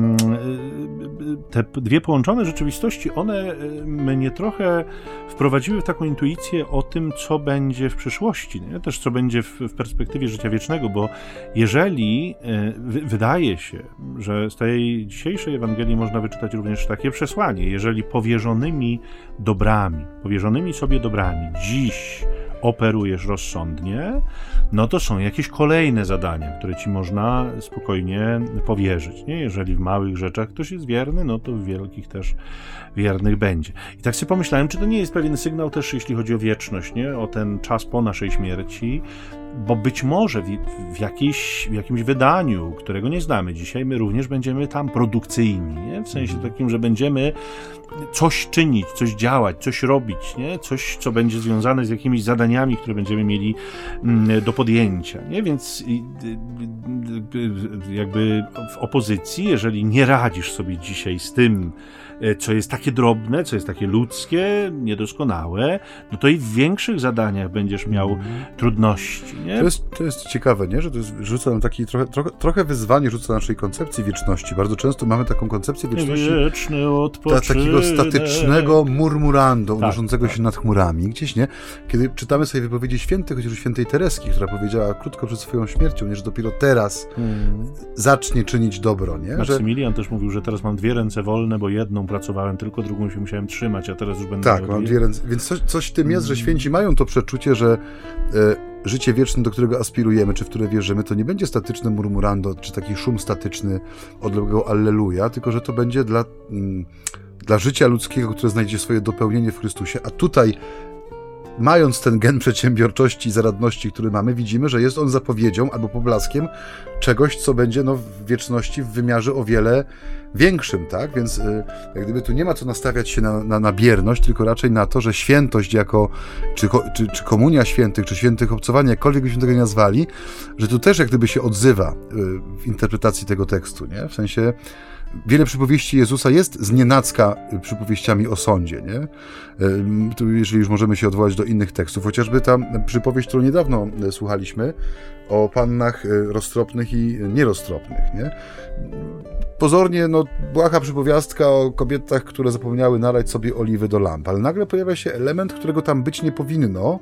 te dwie połączone rzeczywistości, one mnie trochę wprowadziły w taką intuicję o tym, co będzie w przyszłości, nie? Też co będzie w perspektywie życia wiecznego, bo jeżeli wydaje się, że z tej dzisiejszej Ewangelii można wyczytać również takie przesłanie, jeżeli powierzonymi sobie dobrami dziś operujesz rozsądnie, no to są jakieś kolejne zadania, które ci można spokojnie powierzyć, nie? Jeżeli w małych rzeczach ktoś jest wierny, no to w wielkich też wiernych będzie. I tak sobie pomyślałem, czy to nie jest pewien sygnał też, jeśli chodzi o wieczność, nie? O ten czas po naszej śmierci, bo być może w jakimś wydaniu, którego nie znamy dzisiaj, my również będziemy tam produkcyjni, nie? W sensie takim, że będziemy coś czynić, coś działać, coś robić, nie? Coś, co będzie związane z jakimiś zadaniami, które będziemy mieli do podjęcia, nie? Więc jakby w opozycji, jeżeli nie radzisz sobie dzisiaj z tym, co jest takie drobne, co jest takie ludzkie, niedoskonałe, no to i w większych zadaniach będziesz miał trudności, nie? To jest ciekawe, nie? Że to jest, rzuca nam taki trochę wyzwanie, rzuca naszej koncepcji wieczności. Bardzo często mamy taką koncepcję wieczności wieczny odpoczynek, takiego statycznego murmurando, unoszącego się nad chmurami. Gdzieś, nie? Kiedy czytamy sobie wypowiedzi świętych, chociaż świętej Tereski, która powiedziała krótko przed swoją śmiercią, nie? Że dopiero teraz zacznie czynić dobro, nie? Maksymilian też mówił, że teraz mam 2 ręce wolne, bo jedną pracowałem, tylko drugą się musiałem trzymać, a teraz już będę... Tak, mam 2 ręce. Więc coś w tym jest, że święci mają to przeczucie, że życie wieczne, do którego aspirujemy, czy w które wierzymy, to nie będzie statyczne murmurando, czy taki szum statyczny odległego alleluja, tylko że to będzie dla życia ludzkiego, które znajdzie swoje dopełnienie w Chrystusie, a tutaj mając ten gen przedsiębiorczości i zaradności, który mamy, widzimy, że jest on zapowiedzią albo poblaskiem czegoś, co będzie w wieczności w wymiarze o wiele większym, tak? Więc jak gdyby tu nie ma co nastawiać się na bierność, tylko raczej na to, że świętość czy komunia świętych, czy świętych obcowania, jakkolwiek byśmy tego nie nazwali, że tu też jak gdyby się odzywa w interpretacji tego tekstu, nie? W sensie wiele przypowieści Jezusa jest znienacka przypowieściami o sądzie, nie? Tu, jeżeli już możemy się odwołać do innych tekstów, chociażby ta przypowieść, którą niedawno słuchaliśmy, o pannach roztropnych i nieroztropnych, nie? Pozornie, błaha przypowiastka o kobietach, które zapomniały nalać sobie oliwy do lamp, ale nagle pojawia się element, którego tam być nie powinno,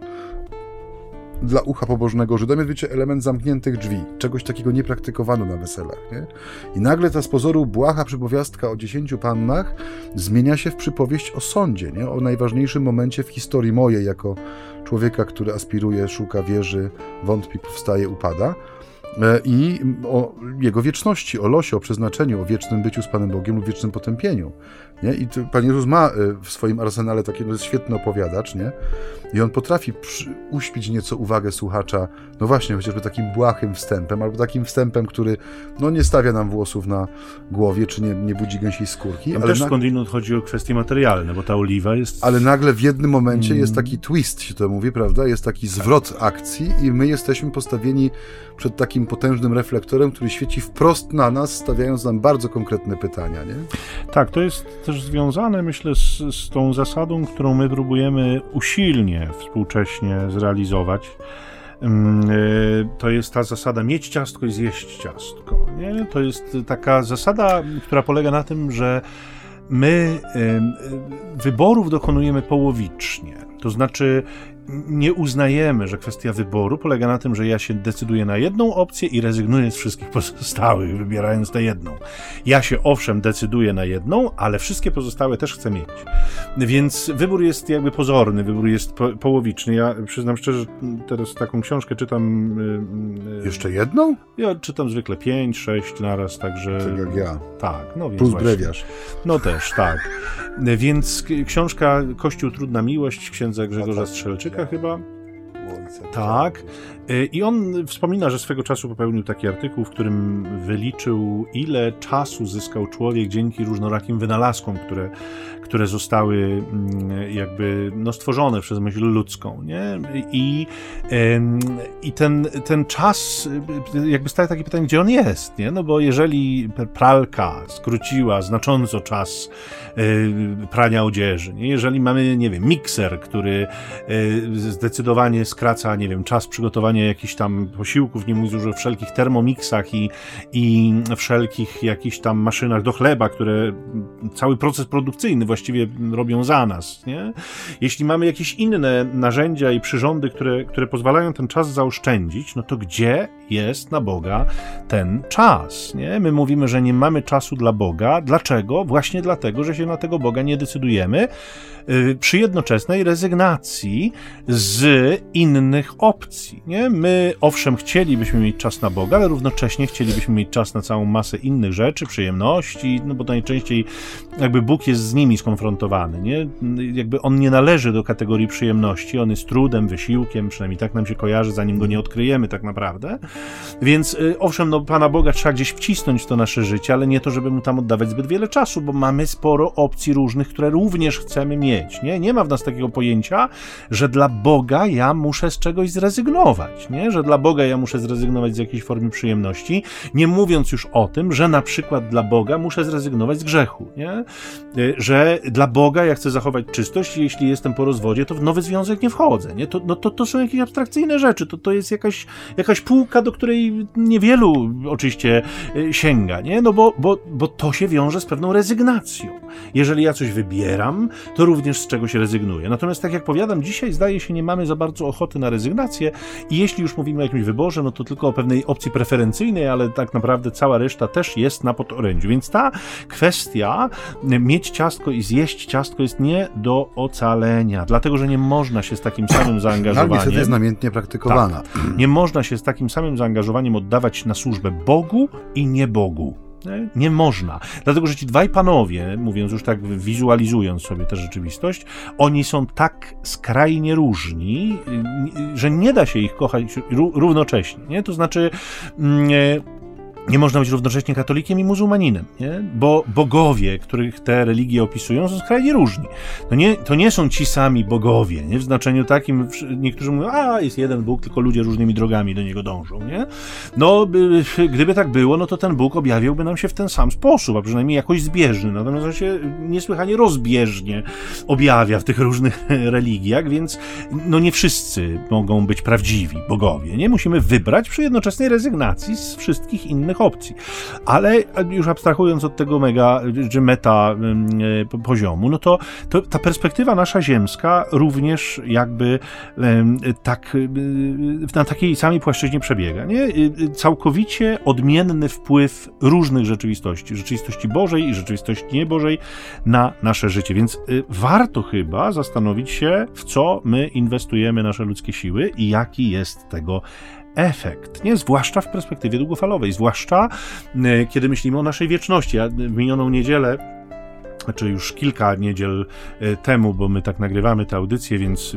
dla ucha pobożnego Żyda, mianowicie element zamkniętych drzwi. Czegoś takiego nie praktykowano na weselach, nie? I nagle ta z pozoru błaha przypowiastka o 10 pannach zmienia się w przypowieść o sądzie, nie? O najważniejszym momencie w historii mojej, jako człowieka, który aspiruje, szuka, wierzy, wątpi, powstaje, upada. I o jego wieczności, o losie, o przeznaczeniu, o wiecznym byciu z Panem Bogiem lub wiecznym potępieniu. Nie? I Pan Jezus ma w swoim arsenale taki świetny opowiadacz, nie? I on potrafi uśpić nieco uwagę słuchacza, no właśnie, chociażby takim błahym wstępem, albo takim wstępem, który nie stawia nam włosów na głowie, czy nie budzi gęsiej skórki. Tam też skądinąd chodzi o kwestie materialne, bo ta oliwa jest... Ale nagle w jednym momencie jest taki twist, się to mówi, prawda? Jest taki zwrot akcji i my jesteśmy postawieni przed takim potężnym reflektorem, który świeci wprost na nas, stawiając nam bardzo konkretne pytania, nie? Tak, to jest też związane, myślę, z tą zasadą, którą my próbujemy usilnie współcześnie zrealizować. To jest ta zasada mieć ciastko i zjeść ciastko, nie? To jest taka zasada, która polega na tym, że my wyborów dokonujemy połowicznie. To znaczy, nie uznajemy, że kwestia wyboru polega na tym, że ja się decyduję na jedną opcję i rezygnuję z wszystkich pozostałych, wybierając tę jedną. Ja się owszem decyduję na jedną, ale wszystkie pozostałe też chcę mieć. Więc wybór jest jakby pozorny, wybór jest połowiczny. Ja przyznam szczerze, teraz taką książkę czytam... Jeszcze jedną? Ja czytam zwykle 5, 6 naraz, także... Tak jak ja. Tak, no więc plus właśnie. brewiarz. No też, tak. Więc książka Kościół trudna miłość księdza Grzegorza Strzelczyka chyba. Tak. I on wspomina, że swego czasu popełnił taki artykuł, w którym wyliczył, ile czasu zyskał człowiek dzięki różnorakim wynalazkom, które zostały jakby stworzone przez myśl ludzką, nie? I ten czas, jakby staje takie pytanie, gdzie on jest, nie? No bo jeżeli pralka skróciła znacząco czas prania odzieży, nie? Jeżeli mamy, nie wiem, mikser, który zdecydowanie skraca, nie wiem, czas przygotowania jakichś tam posiłków, nie mówiąc już o wszelkich termomiksach i wszelkich jakichś tam maszynach do chleba, które cały proces produkcyjny właściwie robią za nas, nie? Jeśli mamy jakieś inne narzędzia i przyrządy, które pozwalają ten czas zaoszczędzić, no to gdzie jest na Boga ten czas, nie? My mówimy, że nie mamy czasu dla Boga. Dlaczego? Właśnie dlatego, że się na tego Boga nie decydujemy przy jednoczesnej rezygnacji z innych opcji, nie? My, owszem, chcielibyśmy mieć czas na Boga, ale równocześnie chcielibyśmy mieć czas na całą masę innych rzeczy, przyjemności, no bo najczęściej jakby Bóg jest z nimi skonfrontowany, nie? Jakby on nie należy do kategorii przyjemności, on jest trudem, wysiłkiem, przynajmniej tak nam się kojarzy, zanim go nie odkryjemy tak naprawdę. Więc owszem, no Pana Boga trzeba gdzieś wcisnąć w to nasze życie, ale nie to, żeby mu tam oddawać zbyt wiele czasu, bo mamy sporo opcji różnych, które również chcemy mieć, nie? Nie ma w nas takiego pojęcia, że dla Boga ja muszę z czegoś zrezygnować, nie? Że dla Boga ja muszę zrezygnować z jakiejś formy przyjemności, nie mówiąc już o tym, że na przykład dla Boga muszę zrezygnować z grzechu, nie? Że dla Boga ja chcę zachować czystość i jeśli jestem po rozwodzie, to w nowy związek nie wchodzę, nie? To są jakieś abstrakcyjne rzeczy, to jest jakaś półka, do której niewielu oczywiście sięga, nie? No bo to się wiąże z pewną rezygnacją. Jeżeli ja coś wybieram, to również z czegoś rezygnuję. Natomiast tak jak powiadam, dzisiaj zdaje się nie mamy za bardzo ochoty na rezygnację i jeśli już mówimy o jakimś wyborze, no to tylko o pewnej opcji preferencyjnej, ale tak naprawdę cała reszta też jest na podorędziu. Więc ta kwestia mieć ciastko i zjeść ciastko jest nie do ocalenia, dlatego, że nie można się z takim samym zaangażowaniem... niestety jest namiętnie praktykowana. Tak, nie można się z takim samym zaangażowaniem oddawać na służbę Bogu i nie Bogu. Nie można. Dlatego, że ci dwaj panowie, mówiąc już tak, wizualizując sobie tę rzeczywistość, oni są tak skrajnie różni, że nie da się ich kochać równocześnie. Nie? To znaczy... Nie można być równocześnie katolikiem i muzułmaninem, nie? Bo bogowie, których te religie opisują, są skrajnie różni. To nie są ci sami bogowie, nie? W znaczeniu takim, niektórzy mówią, jest jeden Bóg, tylko ludzie różnymi drogami do niego dążą, nie? No, gdyby tak było, no to ten Bóg objawiłby nam się w ten sam sposób, a przynajmniej jakoś zbieżny, natomiast on się niesłychanie rozbieżnie objawia w tych różnych religiach, więc no nie wszyscy mogą być prawdziwi bogowie, nie? Musimy wybrać przy jednoczesnej rezygnacji z wszystkich innych opcji. Ale już abstrahując od tego meta poziomu, no to ta perspektywa nasza ziemska również jakby tak na takiej samej płaszczyźnie przebiega, nie? Całkowicie odmienny wpływ różnych rzeczywistości Bożej i rzeczywistości niebożej na nasze życie, więc warto chyba zastanowić się, w co my inwestujemy nasze ludzkie siły i jaki jest tego efekt, nie? Zwłaszcza w perspektywie długofalowej, zwłaszcza kiedy myślimy o naszej wieczności. Ja w minioną niedzielę, znaczy już kilka niedziel temu, bo my tak nagrywamy tę audycję, więc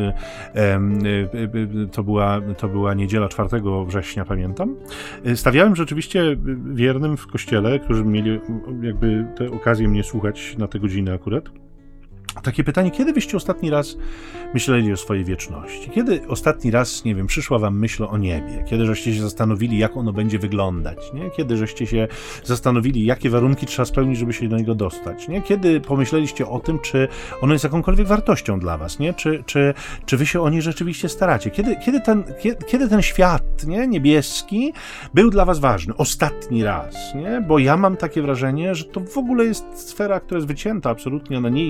to była niedziela 4 września, pamiętam. Stawiałem rzeczywiście wiernym w kościele, którzy mieli jakby tę okazję mnie słuchać na tę godzinę akurat, takie pytanie, kiedy byście ostatni raz myśleli o swojej wieczności? Kiedy ostatni raz, nie wiem, przyszła wam myśl o niebie? Kiedy żeście się zastanowili, jak ono będzie wyglądać? Nie? Kiedy żeście się zastanowili, jakie warunki trzeba spełnić, żeby się do niego dostać? Nie? Kiedy pomyśleliście o tym, czy ono jest jakąkolwiek wartością dla was? Nie? Czy wy się o nie rzeczywiście staracie? Kiedy ten świat, nie? Niebieski był dla was ważny? Ostatni raz, nie? Bo ja mam takie wrażenie, że to w ogóle jest sfera, która jest wycięta absolutnie, ona nie istnieje.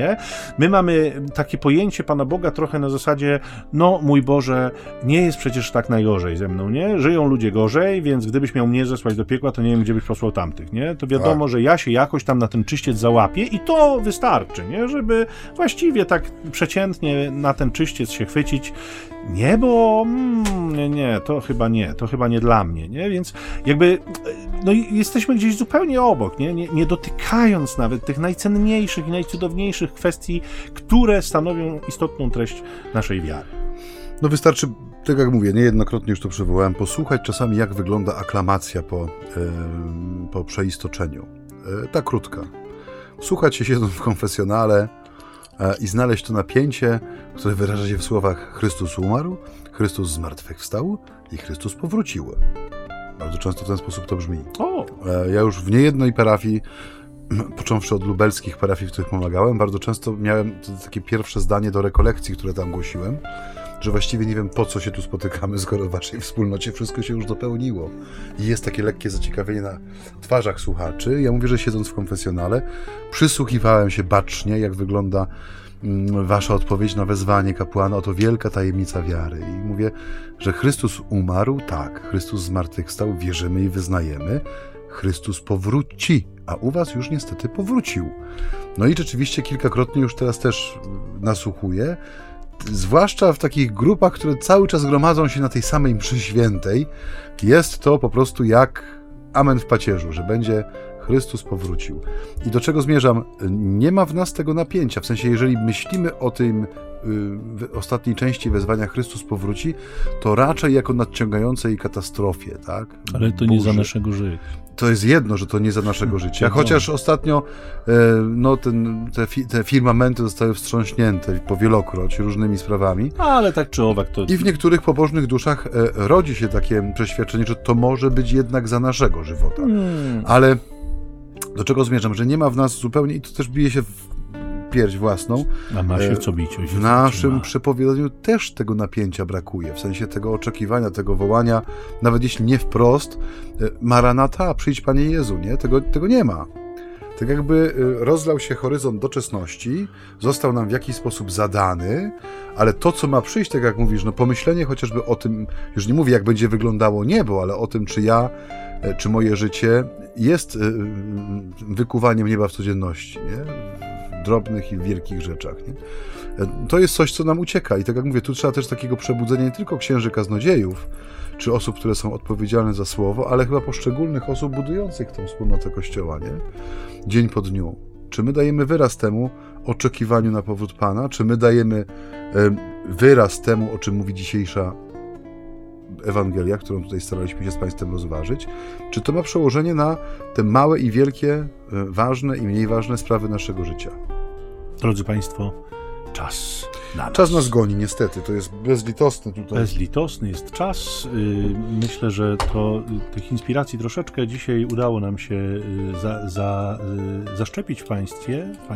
dzieje. My mamy takie pojęcie Pana Boga trochę na zasadzie, no mój Boże, nie jest przecież tak najgorzej ze mną, nie? Żyją ludzie gorzej, więc gdybyś miał mnie zesłać do piekła, to nie wiem, gdzie byś posłał tamtych, nie? To wiadomo, że ja się jakoś tam na ten czyściec załapię i to wystarczy, nie? Żeby właściwie tak przeciętnie na ten czyściec się chwycić. Nie, bo nie, to chyba nie dla mnie, nie? Więc jakby no jesteśmy gdzieś zupełnie obok, nie dotykając nawet tych najcenniejszych i najcudowniejszych kwestii, które stanowią istotną treść naszej wiary. No wystarczy, tak jak mówię, niejednokrotnie już to przywołałem, posłuchać czasami, jak wygląda aklamacja po przeistoczeniu. Ta krótka. Słuchać się siedząc w konfesjonale i znaleźć to napięcie, które wyraża się w słowach Chrystus umarł, Chrystus zmartwychwstał i Chrystus powrócił. Bardzo często w ten sposób to brzmi. Ja już w niejednej parafii, począwszy od lubelskich parafii, w których pomagałem, bardzo często miałem takie pierwsze zdanie do rekolekcji, które tam głosiłem, że właściwie nie wiem, po co się tu spotykamy, skoro w waszej wspólnocie wszystko się już dopełniło. I jest takie lekkie zaciekawienie na twarzach słuchaczy. Ja mówię, że siedząc w konfesjonale, przysłuchiwałem się bacznie, jak wygląda wasza odpowiedź na wezwanie kapłana, oto wielka tajemnica wiary. I mówię, że Chrystus umarł, tak, Chrystus zmartwychwstał, wierzymy i wyznajemy, Chrystus powróci, a u was już niestety powrócił. No i rzeczywiście kilkakrotnie już teraz też nasłuchuję, zwłaszcza w takich grupach, które cały czas gromadzą się na tej samej mszy świętej, jest to po prostu jak amen w pacierzu, że będzie Chrystus powrócił. I do czego zmierzam? Nie ma w nas tego napięcia, w sensie jeżeli myślimy o tym w ostatniej części wezwania Chrystus powróci, to raczej jako nadciągającej katastrofie, tak? Ale to nie za naszego życia. To jest jedno, że to nie za naszego życia. Chociaż ostatnio te firmamenty zostały wstrząśnięte powielokroć różnymi sprawami. Ale tak czy owak to... I w niektórych pobożnych duszach rodzi się takie przeświadczenie, że to może być jednak za naszego żywota. Ale do czego zmierzam? Że nie ma w nas zupełnie, i to też bije się w pierś własną. A ma się co bić. W naszym przepowiadaniu też tego napięcia brakuje, w sensie tego oczekiwania, tego wołania, nawet jeśli nie wprost, Maranata, przyjdź Panie Jezu, nie? Tego nie ma. Tak jakby rozlał się horyzont doczesności, został nam w jakiś sposób zadany, ale to, co ma przyjść, tak jak mówisz, no pomyślenie chociażby o tym, już nie mówię, jak będzie wyglądało niebo, ale o tym, czy moje życie jest wykuwaniem nieba w codzienności, nie? W drobnych i wielkich rzeczach, nie? To jest coś, co nam ucieka i tak jak mówię, tu trzeba też takiego przebudzenia nie tylko księży kaznodziejów, czy osób, które są odpowiedzialne za słowo, ale chyba poszczególnych osób budujących tę wspólnotę Kościoła, nie? Dzień po dniu. Czy my dajemy wyraz temu oczekiwaniu na powrót Pana? Czy my dajemy wyraz temu, o czym mówi dzisiejsza Ewangelia, którą tutaj staraliśmy się z Państwem rozważyć? Czy to ma przełożenie na te małe i wielkie, ważne i mniej ważne sprawy naszego życia? Drodzy Państwo, czas na nas. Czas nas goni, niestety. To jest bezlitosny tutaj. Bezlitosny jest czas. Myślę, że tych inspiracji troszeczkę dzisiaj udało nam się zaszczepić w państwu,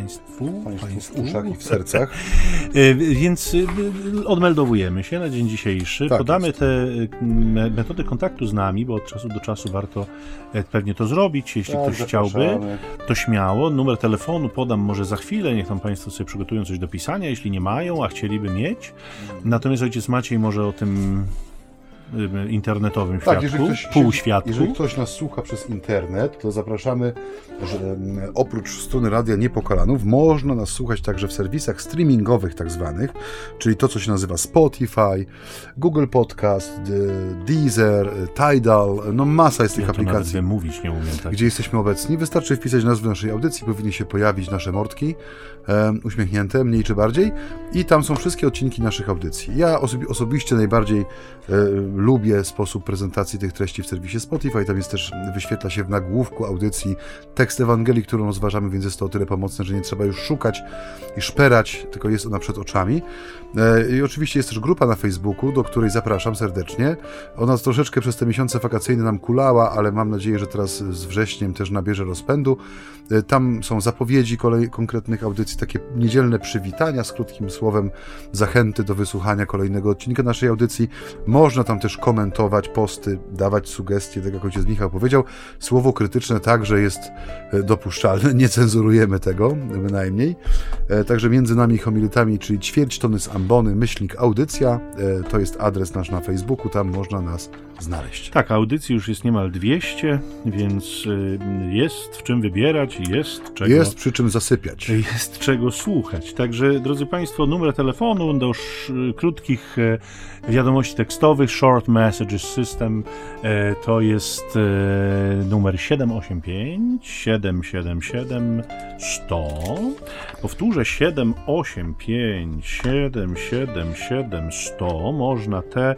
w uszach i w sercach. Więc odmeldowujemy się na dzień dzisiejszy. Tak podamy jest. te metody kontaktu z nami, bo od czasu do czasu warto pewnie to zrobić. Jeśli ktoś chciałby, to śmiało. Numer telefonu podam może za chwilę. Niech tam Państwo sobie przygotują coś do pisania, jeśli nie mają, a chcieliby mieć. Natomiast ojciec Maciej może o tym internetowym świadku, półświadku. Jeżeli ktoś nas słucha przez internet, to zapraszamy, że oprócz strony Radia Niepokalanów można nas słuchać także w serwisach streamingowych tak zwanych, czyli to, co się nazywa Spotify, Google Podcast, Deezer, Tidal, no masa jest tych aplikacji. Wymówić nie umiem, tak. Gdzie jesteśmy obecni. Wystarczy wpisać nazwę naszej audycji, powinny się pojawić nasze mordki, uśmiechnięte, mniej czy bardziej, i tam są wszystkie odcinki naszych audycji. Ja osobiście najbardziej lubię sposób prezentacji tych treści w serwisie Spotify. Tam jest też, wyświetla się w nagłówku audycji tekst Ewangelii, którą rozważamy, więc jest to o tyle pomocne, że nie trzeba już szukać i szperać, tylko jest ona przed oczami. I oczywiście jest też grupa na Facebooku, do której zapraszam serdecznie. Ona troszeczkę przez te miesiące wakacyjne nam kulała, ale mam nadzieję, że teraz z wrześniem też nabierze rozpędu. Tam są zapowiedzi konkretnych audycji, takie niedzielne przywitania z krótkim słowem zachęty do wysłuchania kolejnego odcinka naszej audycji. Można tam też też komentować posty, dawać sugestie, tak jak ojciec Michał powiedział. Słowo krytyczne także jest dopuszczalne, nie cenzurujemy tego bynajmniej. Także między nami i homiletami, czyli ćwierć tony z ambony, /audycja, to jest adres nasz na Facebooku, tam można nas znaleźć. Tak, audycji już jest niemal 200, więc jest w czym wybierać i jest czego... Jest przy czym zasypiać. Jest czego słuchać. Także, drodzy Państwo, numer telefonu do krótkich wiadomości tekstowych, Short Messages System, to jest numer 785 777 100. Powtórzę, 785 777 100. Można te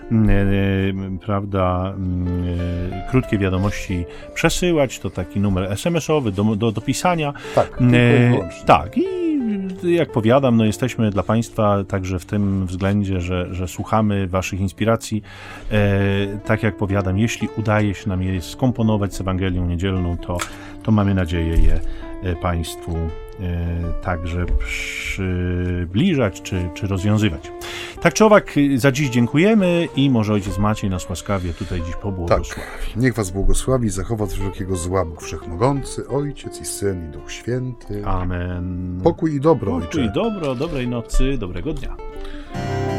krótkie wiadomości przesyłać, to taki numer SMS-owy do pisania. Tak, tak, i jak powiadam, jesteśmy dla Państwa także w tym względzie, że słuchamy Waszych inspiracji. Tak jak powiadam, jeśli udaje się nam je skomponować z Ewangelią Niedzielną, to mamy nadzieję je Państwu także przybliżać czy rozwiązywać. Tak czy owak, za dziś dziękujemy i może ojciec Maciej nas łaskawie tutaj dziś pobłogosławi. Tak, niech was błogosławi i zachowa od wszelkiego zła Bóg Wszechmogący, Ojciec i Syn i Duch Święty. Amen. Pokój i dobro, Pokój i dobro, dobrej nocy, dobrego dnia.